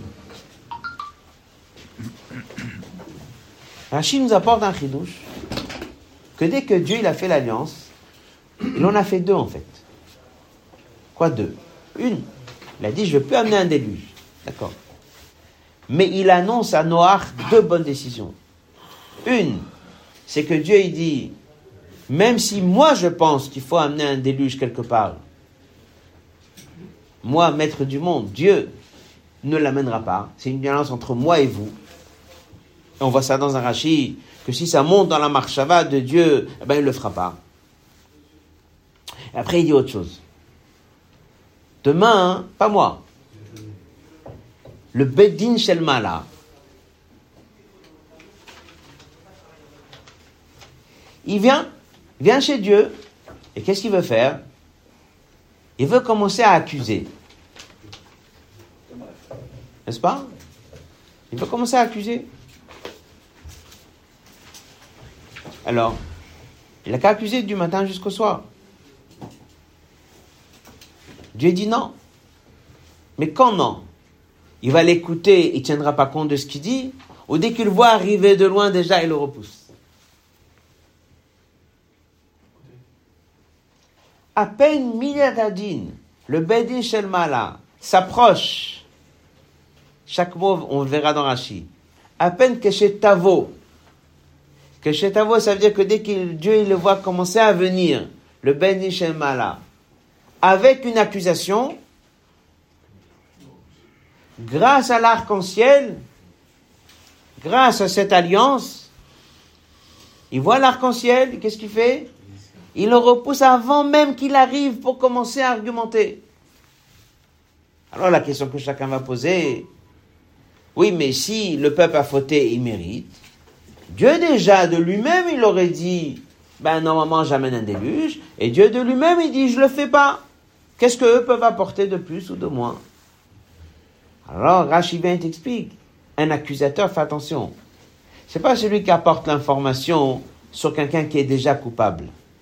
Rashi nous apporte un chidouch que dès que Dieu il a fait l'alliance, il en a fait 2 en fait. Quoi 2? Une, il a dit je ne veux plus amener un déluge. D'accord. Mais il annonce à Noach 2 bonnes décisions. Une, c'est que Dieu il dit, même si moi je pense qu'il faut amener un déluge quelque part, moi, maître du monde, Dieu ne l'amènera pas. C'est une alliance entre moi et vous. Et on voit ça dans un Rashi, que si ça monte dans la marshava de Dieu, eh ben il ne le fera pas. Et après il dit autre chose. Demain, pas moi. Le Bedin Shel Mala, il vient chez Dieu, et qu'est-ce qu'il veut faire? Il veut commencer à accuser. N'est-ce pas? Il veut commencer à accuser. Alors, il n'a qu'à accuser du matin jusqu'au soir. Dieu dit non. Mais quand non? Il va l'écouter, il ne tiendra pas compte de ce qu'il dit, ou dès qu'il le voit arriver de loin, déjà, il le repousse. À peine Midat Hadin, le Bedin Shel Mala, s'approche, chaque mot, on le verra dans Rashi, à peine Keshet Tavo, ça veut dire que dès que Dieu il le voit commencer à venir, le Bedin Shel Mala, avec une accusation, grâce à l'arc-en-ciel, grâce à cette alliance, il voit l'arc-en-ciel, qu'est-ce qu'il fait? Il le repousse avant même qu'il arrive pour commencer à argumenter. Alors la question que chacun va poser, oui, mais si le peuple a fauté, il mérite. Dieu déjà, de lui-même, il aurait dit, normalement, j'amène un déluge, et Dieu de lui-même, il dit, je le fais pas. Qu'est-ce qu'eux peuvent apporter de plus ou de moins? Alors, Rashi vient et t'explique. Un accusateur, fais attention. C'est pas celui qui apporte l'information sur quelqu'un qui est déjà coupable.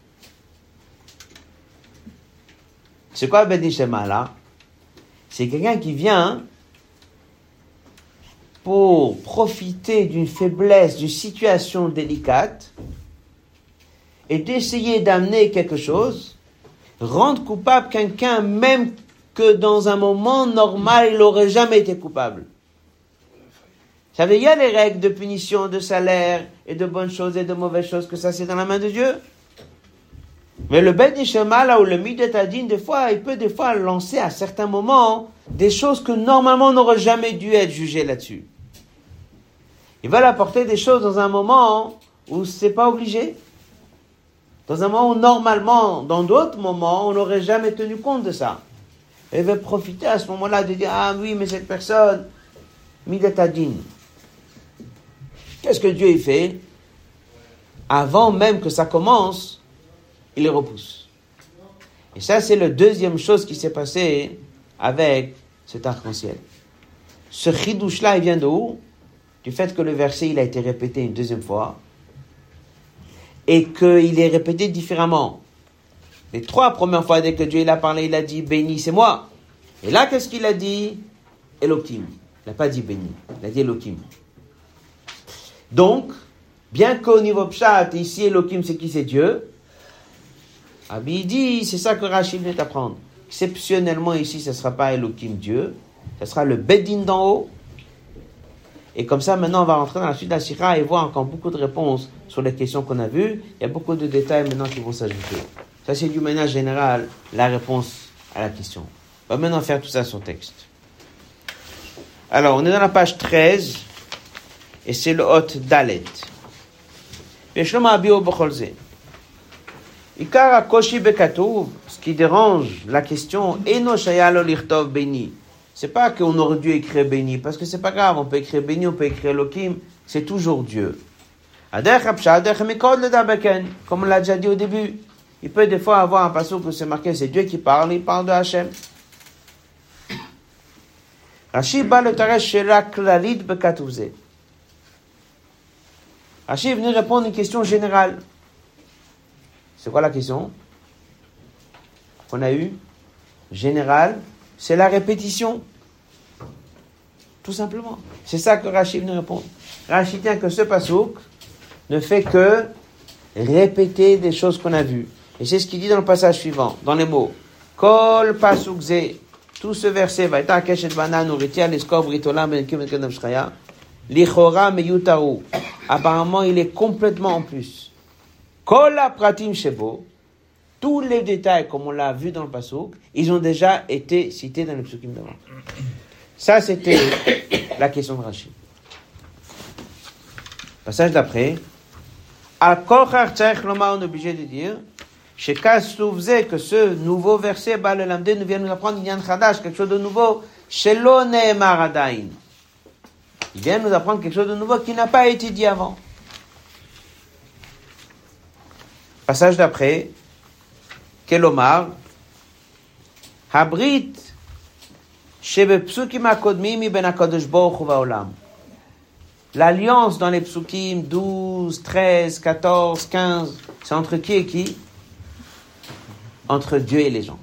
C'est quoi Ben Ishema là? C'est quelqu'un qui vient pour profiter d'une faiblesse, d'une situation délicate et d'essayer d'amener quelque chose, rendre coupable quelqu'un même que dans un moment normal, il n'aurait jamais été coupable. Ça veut dire, il y a les règles de punition, de salaire, et de bonnes choses et de mauvaises choses, que ça c'est dans la main de Dieu. Mais le Ben Ishema, là où le Midat Hadin, il peut des fois lancer à certains moments des choses que normalement n'auraient jamais dû être jugées là-dessus. Il va apporter des choses dans un moment où c'est pas obligé. Dans un moment où normalement, dans d'autres moments, on n'aurait jamais tenu compte de ça. Il va profiter à ce moment-là de dire, ah oui, mais cette personne, Midat Hadin. Qu'est-ce que Dieu y fait? Avant même que ça commence, il les repousse. Et ça, c'est la deuxième chose qui s'est passée avec cet arc-en-ciel. Ce chidouche-là, il vient de où? Du fait que le verset, il a été répété une deuxième fois et qu'il est répété différemment. Les 3 premières fois, dès que Dieu il a parlé, il a dit « Béni, c'est moi ». Et là, qu'est-ce qu'il a dit? « Elohim ». Il n'a pas dit « béni », il a dit « Elohim ». Donc, bien qu'au niveau Pshat, ici, Elohim, c'est qui? C'est Dieu. Abi dit, c'est ça que Rachid vient d'apprendre. Exceptionnellement, ici, ce ne sera pas Elohim Dieu, ce sera le Bedin d'en haut. Et comme ça, maintenant, on va rentrer dans la suite de la Sira et voir encore beaucoup de réponses sur les questions qu'on a vues. Il y a beaucoup de détails maintenant qui vont s'ajouter. Ça, c'est du manière générale la réponse à la question. On va maintenant faire tout ça sur texte. Alors, on est dans la page 13, et c'est le Hot Dalet. Veshlomo Abio Bocholze. Ikar HaKoshi Bekatuv, ce qui dérange la question, Eno Shayalo Lichtov Beni. C'est pas qu'on aurait dû écrire béni, parce que c'est pas grave, on peut écrire béni, on peut écrire Elohim, c'est toujours Dieu. Comme on l'a déjà dit au début, il peut des fois avoir un passage où c'est marqué, c'est Dieu qui parle, il parle de Hachem. Rashi ba le taresh shela klalit bekatuvze. Rashi est venu répondre à une question générale. C'est quoi la question qu'on a eue? Générale, c'est la répétition. Tout simplement. C'est ça que Rashi est venu répondre. Rashi tient que ce pasouk ne fait que répéter des choses qu'on a vues. Et c'est ce qu'il dit dans le passage suivant, dans les mots. Kol pasuk ze. Tout ce verset va être à Keshet Banan ou Ritia l'Eskor Britolam Ben Kim Ben Kedam Shraya. Lichora Meyutaru. Apparemment, il est complètement en plus. Kol Pratim Shebo. Tous les détails, comme on l'a vu dans le pasuk, ils ont déjà été cités dans le psukim d'avant. Ça, c'était la question de Rashi. Passage d'après. Al-Kochar Tzarech Lomar, on est obligé de dire, que ce nouveau verset, le Lamdé, nous vient nous apprendre Inyan Chadash, quelque chose de nouveau, Shelo Ne'emar Adain. Il vient nous apprendre quelque chose de nouveau qui n'a pas été dit avant. Passage d'après. Kelomar, Habrit, Shebe Psukim HaKodmim Iben HaKadosh Baruch Hu Va'olam. L'alliance dans les Psukim 12, 13, 14, 15, c'est entre qui et qui? Entre Dieu et les gens.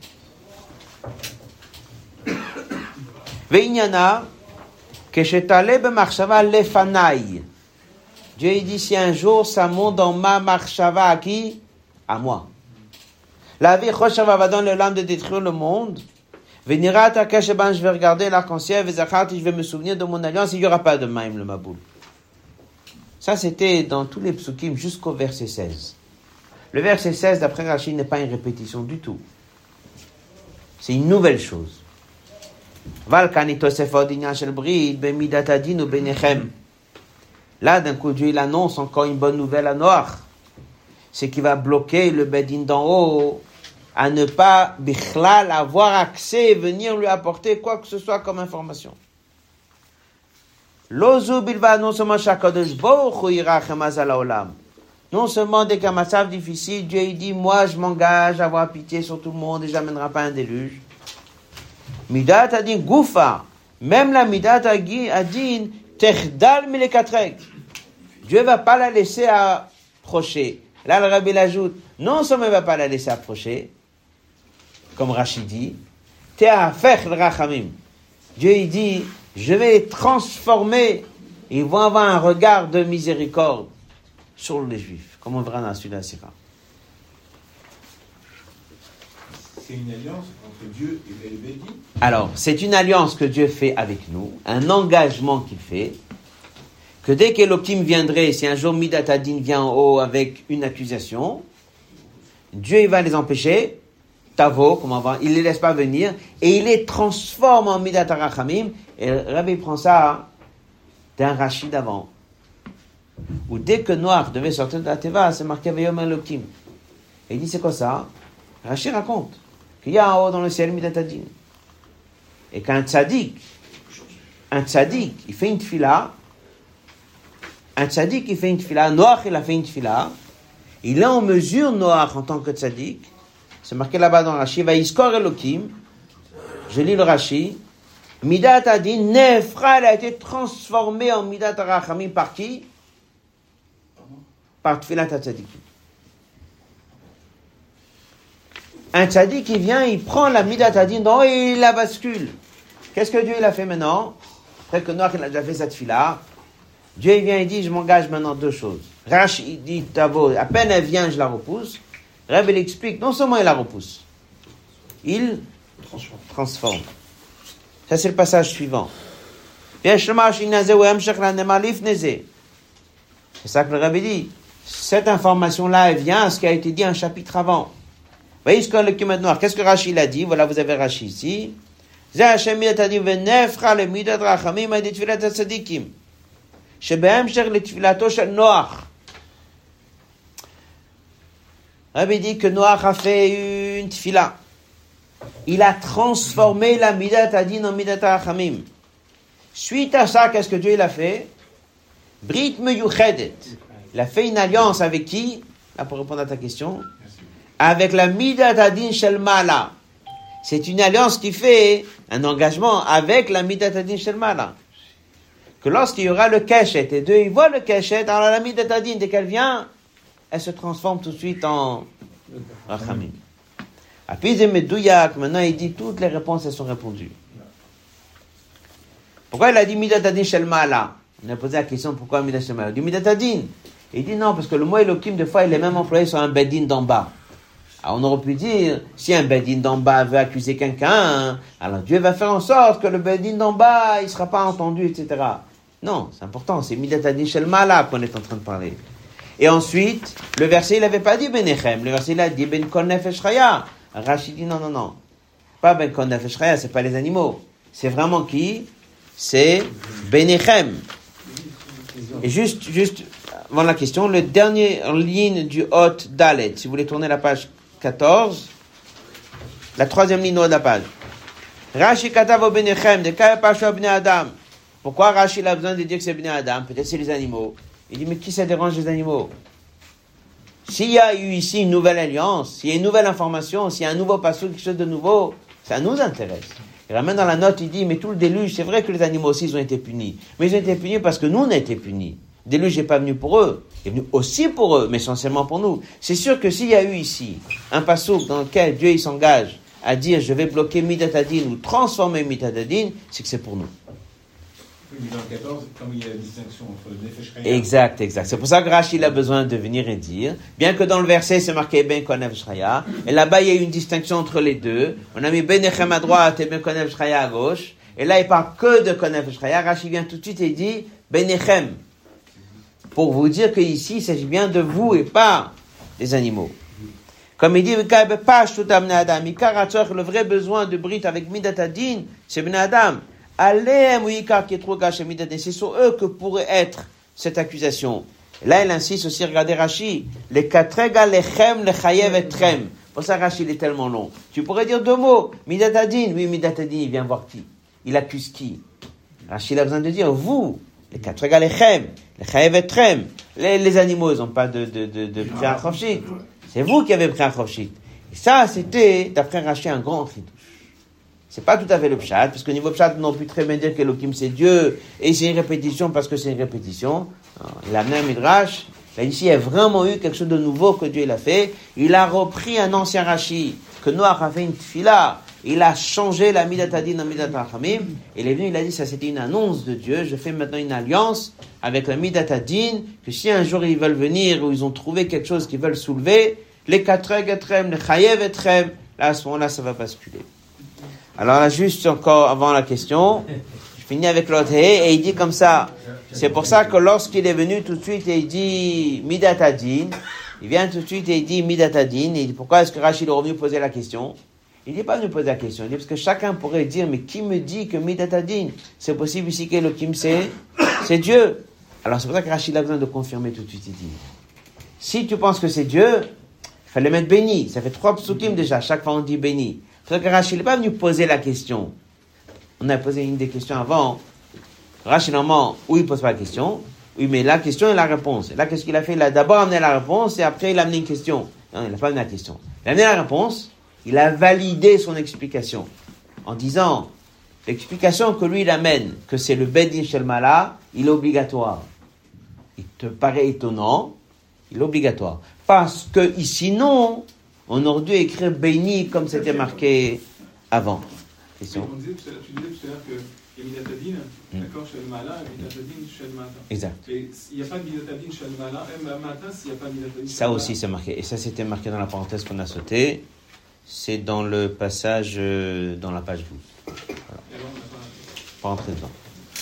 Veinyana, Keshetale B'Marshava Lefanai. Dieu dit, si un jour ça monte dans ma marshava à qui? À moi. La vie va dans le lame de détruire le monde. Venira ta kasheban, je vais regarder l'arc-en-ciel, je vais me souvenir de mon alliance, il n'y aura pas de maïm le maboul. Ça, c'était dans tous les psukim jusqu'au verset 16. Le verset 16, d'après Rashi, n'est pas une répétition du tout. C'est une nouvelle chose. Là, d'un coup, Dieu, il annonce encore une bonne nouvelle à Noach. C'est qu'il va bloquer le Bedin d'en haut à ne pas, bichlal, avoir accès et venir lui apporter quoi que ce soit comme information. Lozu bilva, non seulement Shakadosh Baruch Hu yirachem azal haolam. Non seulement dès qu'un massacre difficile, Dieu il dit, moi je m'engage à avoir pitié sur tout le monde et j'amènerai pas un déluge. Midat adin goufa, même la midat adin techdal milekatrek. Dieu va pas la laisser approcher. Là le Rabbi l'ajoute, non seulement il va pas la laisser approcher, comme Rachid dit, te'afech le rachamim. Dieu il dit, je vais les transformer, ils vont avoir un regard de miséricorde sur les Juifs, comme on verra dans la suite de la Sira. C'est une alliance entre Dieu et le Bédi. Alors, c'est une alliance que Dieu fait avec nous, un engagement qu'il fait, que dès qu'Elohim viendrait, si un jour Midat Hadin vient en haut avec une accusation, Dieu il va les empêcher, Tavo, comment on va, il les laisse pas venir, et il les transforme en Midat HaRachamim, et Rabbi prend ça d'un Rachid d'avant. Où dès que Noach devait sortir de la Teva, c'est marqué Vayom Elohim. Et il dit, c'est quoi ça? Rachid raconte qu'il y a en haut dans le ciel Midat Hadin. Et qu'un tzaddik, il fait une tfila, Noach il a fait une tfila, il est en mesure, Noach, en tant que tzaddik, c'est marqué là-bas dans Rashi, Vayiskor Elohim, je lis le Rashi, Midat Hadin, Nefra, elle a été transformée en Midat HaRachamim par qui? Par Tfilat HaTzadikim. Un tzaddik qui vient, il prend la Midat Hadin d'en haut et il la bascule. Qu'est-ce que Dieu il a fait maintenant? Après que Noach il a déjà fait cette fila, Dieu il vient et dit, je m'engage maintenant deux choses. Rashi il dit, Tavo, à peine elle vient, je la repousse. Reb il explique, non seulement il la repousse, il transforme. Ça c'est le passage suivant. C'est ça que le Rabbi dit. Cette information-là, elle vient à ce qui a été dit un chapitre avant. Voyez ce que le Kimat Noir, qu'est-ce que Rashi l'a dit? Voilà, vous avez Rashi ici. Rabbi dit que Noach a fait une tfila. Il a transformé la Midat Hadin en Midat HaRachamim. Suite à ça, qu'est-ce que Dieu il a fait? Brit Meyuchedet. Il a fait une alliance avec qui? Là, pour répondre à ta question. Avec la Midat Hadin Shel Mala. C'est une alliance qui fait un engagement avec la Midat Hadin Shel Mala. Que lorsqu'il y aura le Keshet, et deux, ils voient le Keshet, alors la Midat Hadin, dès qu'elle vient, elle se transforme tout de suite en Rachamim. Puis Medouyak, maintenant il dit toutes les réponses, elles sont répondues. Pourquoi il a dit Midat Hadin Shel Mala? On a posé la question pourquoi Midat Shel Mala? Il dit Midat Hadin. Il dit non, parce que le mot Elohim, des fois, il est même employé sur un bedin d'en bas. Alors on aurait pu dire, si un bedin d'en bas veut accuser quelqu'un, alors Dieu va faire en sorte que le bedin d'en bas, il ne sera pas entendu, etc. Non, c'est important, c'est Midat Hadin Shel Mala qu'on est en train de parler. Et ensuite, le verset, il n'avait pas dit Benechem. Le verset, il a dit Ben Kon Nefesh Chaya. Rachid dit non. Pas Ben Kon Nefesh Chaya, c'est pas les animaux. C'est vraiment qui? C'est Benechem. Et juste, avant la question, le dernier ligne du Hot Dalet. Si vous voulez tourner la page 14, la troisième ligne de la page. Rashi Katavo Benechem, de Kaya Pasha Bnei Adam. Pourquoi Rashi a besoin de dire que c'est Bnei Adam? Peut-être c'est les animaux. Il dit, mais qui ça dérange les animaux? S'il y a eu ici une nouvelle alliance, s'il y a une nouvelle information, s'il y a un nouveau passage, quelque chose de nouveau, ça nous intéresse. Il ramène dans la note, il dit, mais tout le déluge, c'est vrai que les animaux aussi, ils ont été punis. Mais ils ont été punis parce que nous, on a été punis. Le déluge n'est pas venu pour eux. Il est venu aussi pour eux, mais essentiellement pour nous. C'est sûr que s'il y a eu ici un passage dans lequel Dieu, il s'engage à dire, je vais bloquer Midat Hadin ou transformer Midat Hadin, c'est que c'est pour nous. Dans le 14, comme il y a la distinction entre Nefesh Chaya. Exact. C'est pour ça que Rachid a besoin de venir et dire, bien que dans le verset c'est marqué Ben Kon Nefesh Chaya, et là-bas il y a une distinction entre les deux. On a mis Benechem à droite et Ben Kon Nefesh Chaya à gauche, et là il parle que de Kon Nefesh Chaya. Rachid vient tout de suite et dit Benechem, pour vous dire qu'ici il s'agit bien de vous et pas des animaux. Comme il dit, le vrai besoin de Brit avec Midat Hadin, c'est Ben Adam. C'est sur eux que pourrait être cette accusation. Et là, il insiste aussi, regardez Rashi, les katrega lechem lechayev etrem. Pour ça, Rashi, il est tellement long. Tu pourrais dire deux mots. Midat Hadin. Oui, Midat Hadin, il vient voir qui? Il accuse qui? Rashi, il a besoin de dire, vous, Les katreg alechem, les chayev etrem. Les animaux, ils n'ont pas de pris un chofshit. C'est vous qui avez pris un chofshit. Et ça, c'était, d'après Rashi, un grand chidouche. C'est pas tout à fait le pshat, parce qu'au niveau pshat, on peut très bien dire qu'Elohim c'est Dieu, et c'est une répétition parce que c'est une répétition. Alors, il a amené un midrash. Là, ici, il y a vraiment eu quelque chose de nouveau que Dieu il a fait. Il a repris un ancien Rashi, que Noach a fait une tfila. Il a changé la Midat Hadin en Midat Rachamim. Il est venu, il a dit, ça c'était une annonce de Dieu. Je fais maintenant une alliance avec la Midat Hadin, que si un jour ils veulent venir, ou ils ont trouvé quelque chose qu'ils veulent soulever, les katreg etrem, les chayev etrem, là, à ce moment-là, ça va basculer. Alors là, juste encore avant la question, je finis avec l'autre et il dit comme ça. C'est pour ça que lorsqu'il est venu tout de suite et il dit Midat Hadin, il vient tout de suite et il dit Midat Hadin, et il dit pourquoi est-ce que Rachid est revenu poser la question? Il n'est pas venu poser la question, il dit parce que chacun pourrait dire mais qui me dit que Midat Hadin, c'est possible ici qu'Elohim c'est Dieu. Alors c'est pour ça que Rachid a besoin de confirmer tout de suite, il dit si tu penses que c'est Dieu, il fallait mettre béni, ça fait 3 psukim déjà, chaque fois on dit béni. C'est pour ça que Rachid n'est pas venu poser la question. On a posé une des questions avant. Rachid, normalement, où il pose pas la question, oui, mais la question et la réponse. Et là, qu'est-ce qu'il a fait? Il a d'abord amené la réponse et après il a amené une question. Non, il n'a pas amené la question. Il a amené la réponse, il a validé son explication en disant l'explication que lui il amène, que c'est le Bedin Shel Mala, il est obligatoire. Il te paraît étonnant, il est obligatoire. Parce que ici, non, on aurait dû écrire Béni comme c'était marqué avant. Question. Tu disais tout à l'heure que Midat Hadin, d'accord, chez le Mala, Midat Hadin chez le Matin. Exact. Et il n'y a pas de Midat Hadin chez le Mala, et Matin s'il n'y a pas de Midat Hadin. Ça aussi c'est marqué. Et ça c'était marqué dans la parenthèse qu'on a sauté. C'est dans le passage, dans la page 12. Voilà. Et alors, on n'a Pas rentrer dedans.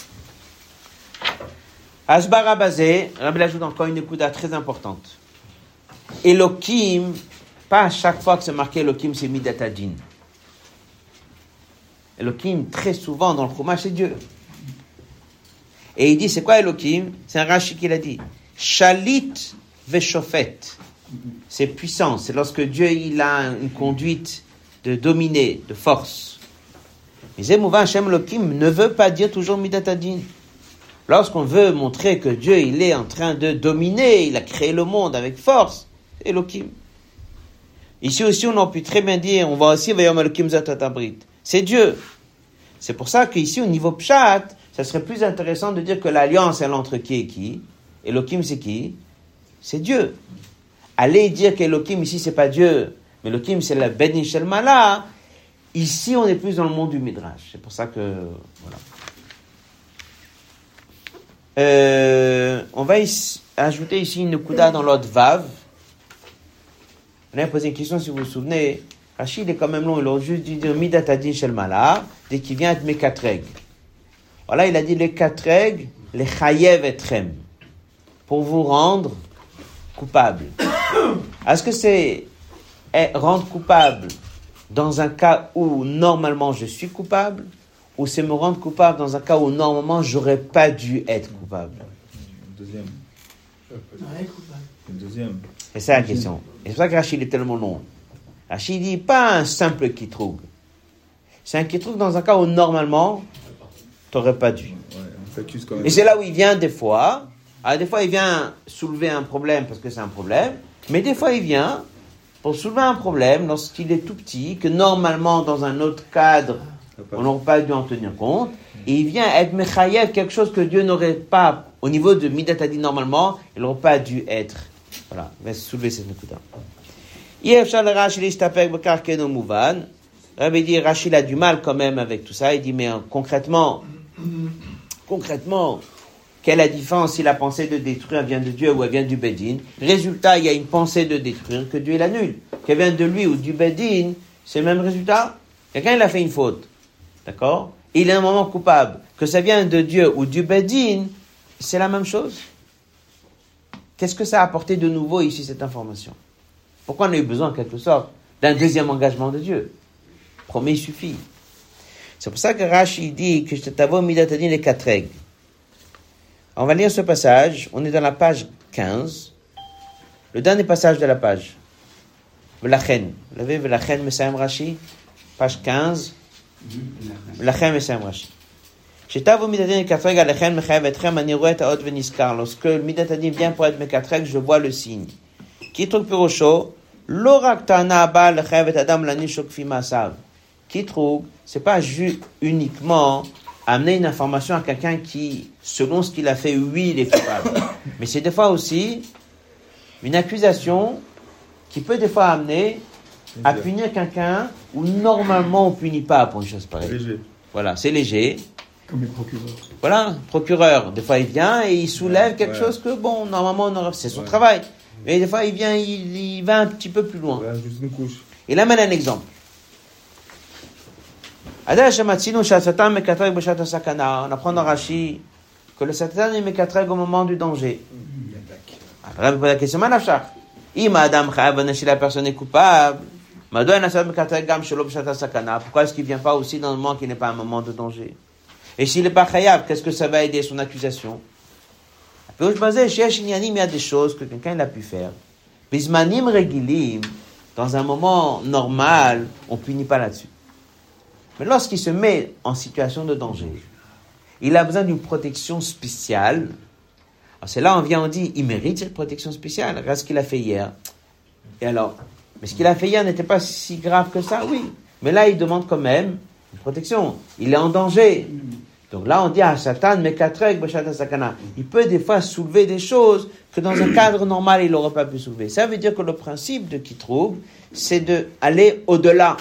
Ashbara Bazé, Rabbi ajoute encore une écoute très importante. Elohim, pas à chaque fois que c'est marqué Elohim, c'est Midat Hadin. Elohim, très souvent dans le Chumash, c'est Dieu. Et il dit, c'est quoi Elohim? C'est un Rashi qui l'a dit. Shalit veshofet. C'est puissant. C'est lorsque Dieu il a une conduite de dominer, de force. Mais Zemouva Hashem Elohim ne veut pas dire toujours Midat Hadin. Lorsqu'on veut montrer que Dieu il est en train de dominer, il a créé le monde avec force, c'est Elohim. Ici aussi, on aurait pu très bien dire, on va aussi Vayom Elohim Zatatabrit. C'est Dieu. C'est pour ça qu'ici, au niveau Pshat, ça serait plus intéressant de dire que l'alliance, elle entre qui et qui? Elohim, c'est qui? C'est Dieu. Aller dire qu'Elohim, ici, c'est pas Dieu, mais Elohim, c'est la Bedin Shel Mala. Ici, on est plus dans le monde du Midrash. C'est pour ça que, voilà. On va ajouter ici une kuda dans l'autre Vav. On a posé une question, si vous vous souvenez. Rachid est quand même long, il a juste dit Midat Hadin Shel Mala, dès qu'il vient de mes 4 règles. Voilà, il a dit les 4 règles, les chayev etrem, pour vous rendre coupable. Est-ce que c'est rendre coupable dans un cas où normalement je suis coupable, ou c'est me rendre coupable dans un cas où normalement j'aurais pas dû être coupable? Deuxième. Ouais, coupable. Deuxième. C'est ça la question. Et c'est pour ça que Rachid est tellement long. Rachid dit pas un simple kitroug. C'est un kitroug dans un cas où normalement t'aurais pas dû. Ouais, quand même. Et c'est là où il vient des fois. Alors des fois il vient soulever un problème parce que c'est un problème. Mais des fois il vient pour soulever un problème lorsqu'il est tout petit, que normalement dans un autre cadre on n'aurait pas dû en tenir compte. Et il vient être mechayev, quelque chose que Dieu n'aurait pas, au niveau de Midat Hadin normalement, il n'aurait pas dû être. Voilà, il va soulever cette nekuda. Rabbi dit, Rachid a du mal quand même avec tout ça. Il dit, mais concrètement, quelle est la différence si la pensée de détruire vient de Dieu ou elle vient du Bedin? Résultat, il y a une pensée de détruire que Dieu l'annule. Qu'elle vient de lui ou du Bedin, c'est le même résultat. Quelqu'un, il a fait une faute. D'accord? Il est un moment coupable. Que ça vient de Dieu ou du Bedin, c'est la même chose. Qu'est-ce que ça a apporté de nouveau ici, cette information? Pourquoi on a eu besoin, en quelque sorte, d'un deuxième engagement de Dieu? Premier, il suffit. C'est pour ça que Rashi dit que je t'avoue Midat Hadin les 4 règles. On va lire ce passage. On est dans la page 15. Le dernier passage de la page. V'lachen. Vous l'avez, V'lachen Mesayem Rashi? Page 15. V'lachen Mesayem Rashi. Lorsque le Midat Hadin vient pour être Mekatreg, je vois le signe. Kitrug Pirosho, Lorak Tana Ba Lechav et Adam Lanishok Fimasav. Kitrug, c'est pas juste uniquement amener une information à quelqu'un qui, selon ce qu'il a fait, oui, il est coupable. Mais c'est des fois aussi une accusation qui peut des fois amener à punir quelqu'un où normalement on punit pas pour une chose pareille. C'est léger. Voilà, c'est léger. Comme les procureurs. Voilà, procureur, des fois il vient et il soulève quelque chose que, bon, normalement, c'est son travail. Mais des fois il vient, il va un petit peu plus loin. Ouais, juste une couche. Il amène un exemple. On apprend dans Rashi que le Satan est mekatreg au moment du danger. Alors, pose la question, Manafshach. Si la personne est coupable, pourquoi est-ce qu'il ne vient pas aussi dans le moment qui n'est pas un moment de danger? Et s'il n'est pas chayav, qu'est-ce que ça va aider son accusation? Il y a des choses que quelqu'un a pu faire. Dans un moment normal, on ne punit pas là-dessus. Mais lorsqu'il se met en situation de danger, il a besoin d'une protection spéciale. Alors c'est là on vient, on dit, il mérite cette protection spéciale. Regarde ce qu'il a fait hier. Et alors, mais ce qu'il a fait hier n'était pas si grave que ça, oui. Mais là, il demande quand même une protection. Il est en danger. Donc là, on dit à Satan, mekatreg b'shata sakana. Il peut des fois soulever des choses que dans un cadre normal, il n'aurait pas pu soulever. Ça veut dire que le principe de Kitrug, c'est d'aller au-delà.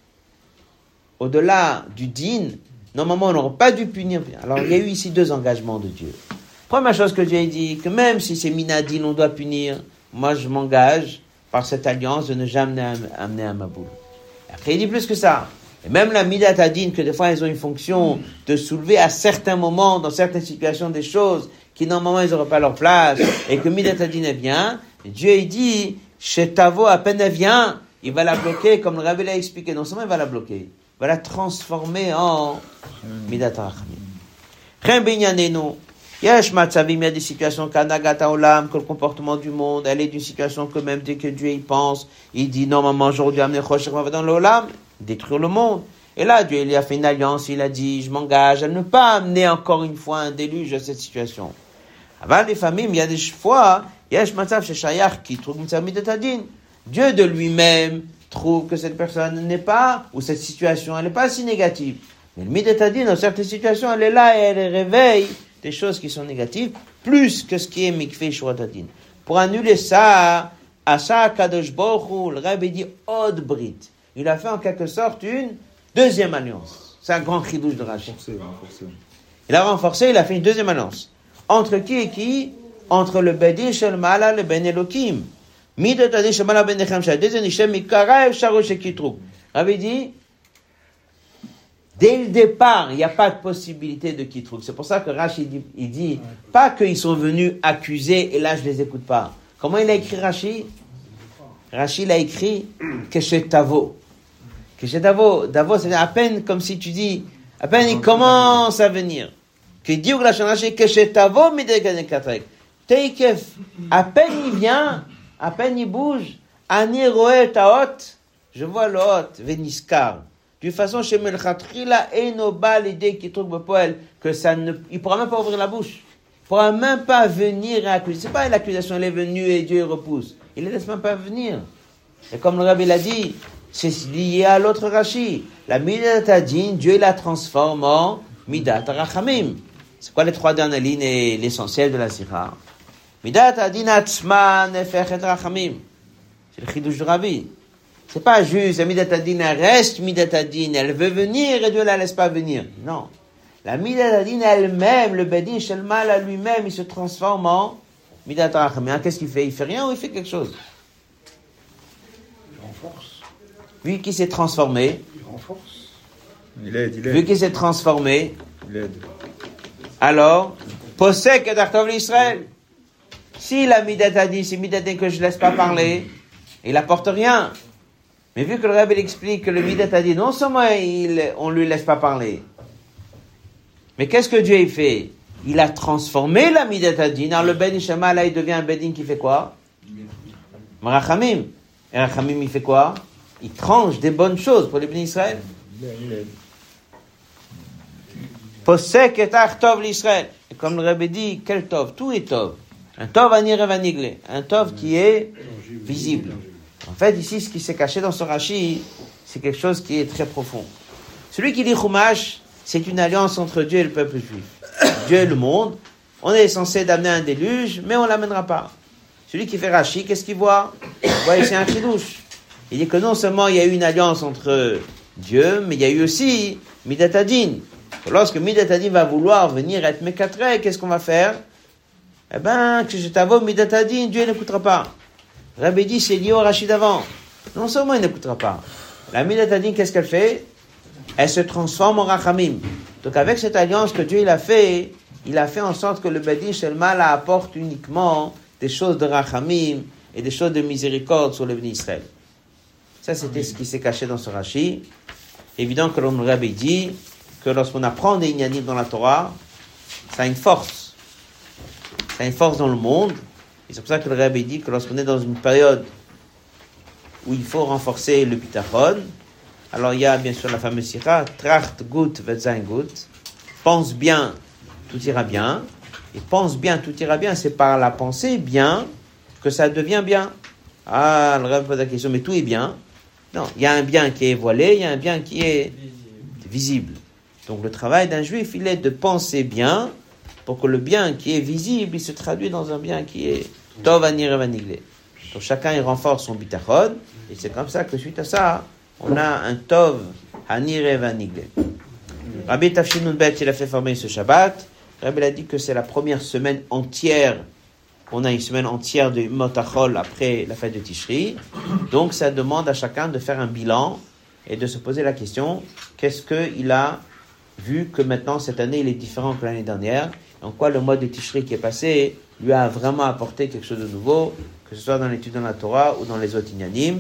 Au-delà du din, normalement, on n'aurait pas dû punir. Alors, il y a eu ici 2 engagements de Dieu. Première chose que Dieu a dit, que même si c'est minadin, on doit punir, moi je m'engage par cette alliance de ne jamais amener un maboul. Après, il dit plus que ça. Et même la midat adin, que des fois ils ont une fonction de soulever à certains moments, dans certaines situations, des choses qui normalement ils n'auraient pas leur place, et que midat adin est bien, Dieu il dit, chez Tavo, à peine elle vient, il va la bloquer, comme le Rabbi l'a expliqué. Non seulement il va la bloquer, il va la transformer en midat rachamim. Chen binyanenu. Yesh matzavim, il y a des situations qu'anagata olam, que le comportement du monde, elle est d'une situation que même dès que Dieu y pense, il dit normalement aujourd'hui amener choshech va dans l'olam, détruire le monde. Et là, Dieu il a fait une alliance, il a dit, je m'engage à ne pas amener encore une fois un déluge à cette situation. Avant les familles, il y a des fois, yesh matzav sheshayach qui trouve mitzvah midatadin. Dieu de lui-même trouve que cette personne n'est pas, ou cette situation, elle n'est pas si négative. Mais le midatadin, dans certaines situations, elle est là et elle réveille des choses qui sont négatives, plus que ce qui est mikveh shuratadin. Pour annuler ça, Asa Kadosh Baruch Hu, le Rabbi dit Od Brit. Il a fait en quelque sorte une deuxième alliance. C'est un grand chidouche de Rashi. Il a renforcé, il a fait une deuxième alliance. Entre qui et qui? Entre le Bedin Shel Mala et le Ben Elokim. Midat Adin Shel Mala Ben Echem Shel Dezen Ishem Mikara El Sharo Shekitrug. Rabbi dit, dès le départ, il n'y a pas de possibilité de Kitrug. C'est pour ça que Rashi il dit pas qu'ils sont venus accuser et là je les écoute pas. Comment il a écrit Rashi? Rashi l'a écrit Keshetavo. Keshetavo, Davo, c'est à peine comme si tu dis, à peine il commence à venir. Que dit Rashi Keshetavo midekatrek. Teikef, à peine il vient, à peine il bouge. Ani roe taot, je vois le hot, veniskar. De toute façon, chez Melchatrila, Enoba, l'idée qui trouve poël, que ça ne, il pourra même pas ouvrir la bouche. Il pourra même pas venir accuser. C'est pas l'accusation, elle est venue et Dieu repousse. Il ne laisse même pas venir. Et comme le Rabbi l'a dit, c'est lié à l'autre Rashi. La Midat Adin, Dieu la transforme en Midat Rachamim. C'est quoi les 3 dernières lignes et l'essentiel de la Sira? Midat Adin Atzma Nefechet Rachamim. C'est le chidouche du Rabbi. C'est pas juste, la Midat Adin, elle reste Midat Adin, elle veut venir et Dieu la laisse pas venir. Non. La Midat Adin elle-même, le Bedin Shel Mala lui-même, il se transforme en Midat Rachamim. Qu'est-ce qu'il fait? Il fait rien ou il fait quelque chose? Il renforce. Vu qu'il s'est transformé. Il renforce. Il aide. Vu qu'il s'est transformé. Il aide. Alors, Posek et Dartov l'Israël. Si la Midat Adin, c'est Midat Adin que je laisse pas parler, il apporte rien. Mais vu que le Rabbi explique que le Midat Adin, non seulement on lui laisse pas parler, mais qu'est-ce que Dieu a fait? Il a transformé la Midat Adin. Alors le Ben Ishama, là, il devient un Bedin qui fait quoi? Rachamim. Et Rachamim, il fait quoi? Il tranche des bonnes choses pour les Ben Israël. Il aide. Posek et tov l'Israël. Et comme le Rebbe dit, quel tov? Tout est tov. Un tov anir et vaniglé. Un tov qui est visible. En fait, ici, ce qui s'est caché dans ce Rashi, c'est quelque chose qui est très profond. Celui qui dit Chumash, c'est une alliance entre Dieu et le peuple juif. Dieu et le monde. On est censé d'amener un déluge, mais on l'amènera pas. Celui qui fait Rashi, qu'est-ce qu'il voit? Il voit ici un chidouche. Il dit que non seulement il y a eu une alliance entre Dieu, mais il y a eu aussi Midat Hadin. Lorsque Midat Hadin va vouloir venir être Mekatre, qu'est-ce qu'on va faire? Eh ben, que je t'avoue Midat Hadin, Dieu n'écoutera pas. Rabbi dit, c'est lié au Rashi d'avant. Non seulement il n'écoutera pas. La Midat Hadin, qu'est-ce qu'elle fait? Elle se transforme en Rachamim. Donc avec cette alliance que Dieu il a fait en sorte que le Bedin Shelma la apporte uniquement des choses de Rachamim et des choses de miséricorde sur le Bnei Israël. Ça, c'était ce qui s'est caché dans ce Rashi. Évident que l'on Rabbi dit que lorsqu'on apprend des Inyanim dans la Torah, ça a une force. Ça a une force dans le monde. Et c'est pour ça que le Rabbi dit que lorsqu'on est dans une période où il faut renforcer le bitachon, alors il y a bien sûr la fameuse sira, tracht gut vetzain gut, pense bien, tout ira bien. Et pense bien, tout ira bien, c'est par la pensée bien que ça devient bien. Ah, le Rabbi pose la question, mais tout est bien? Non, il y a un bien qui est voilé, il y a un bien qui est visible. Donc le travail d'un juif, il est de penser bien pour que le bien qui est visible, il se traduit dans un bien qui est tov anir et vaniglé. Donc chacun il renforce son bitachon, et c'est comme ça que suite à ça, on a un tov anir et vaniglé. Rabbi Tafshin Nunbet, il a fait former ce Shabbat. Rabbi a dit que c'est la première semaine entière. On a une semaine entière de Motachol après la fête de Tishri. Donc ça demande à chacun de faire un bilan et de se poser la question, qu'est-ce qu'il a vu que maintenant cette année il est différent que l'année dernière? En quoi le mois de Tishri qui est passé lui a vraiment apporté quelque chose de nouveau, que ce soit dans l'étude de la Torah ou dans les autres Inyanim.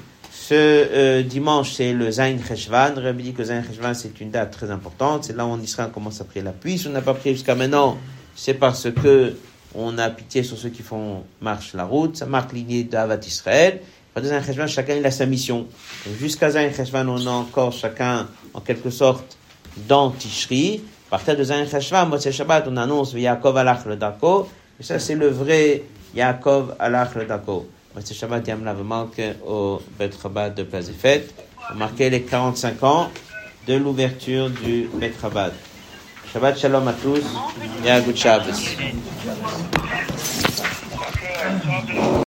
Ce dimanche, c'est le Zayin Cheshvan. Rabbi dit que Zayin Cheshvan, c'est une date très importante. C'est là où en Israël on commence à prier la pluie. Si on n'a pas prié jusqu'à maintenant, c'est parce que on a pitié sur ceux qui font marche la route. Ça marque l'idée d'Avat Israël. Après Zayin Cheshvan, chacun il a sa mission. Donc, jusqu'à Zayin Cheshvan, on a encore chacun, en quelque sorte, dans Tishri. À partir de Zayin Cheshvan, Motzei Shabbat, on annonce Yaakov alach le Darko. Et ça, c'est le vrai Yaakov alach le Darko. Motzei Shabbat, Yam Lavemank au Bet Chabad de Place des Fêtes. On marquait les 45 ans de l'ouverture du Bet Chabad. Shabbat Shalom à tous et à Good Shabbos.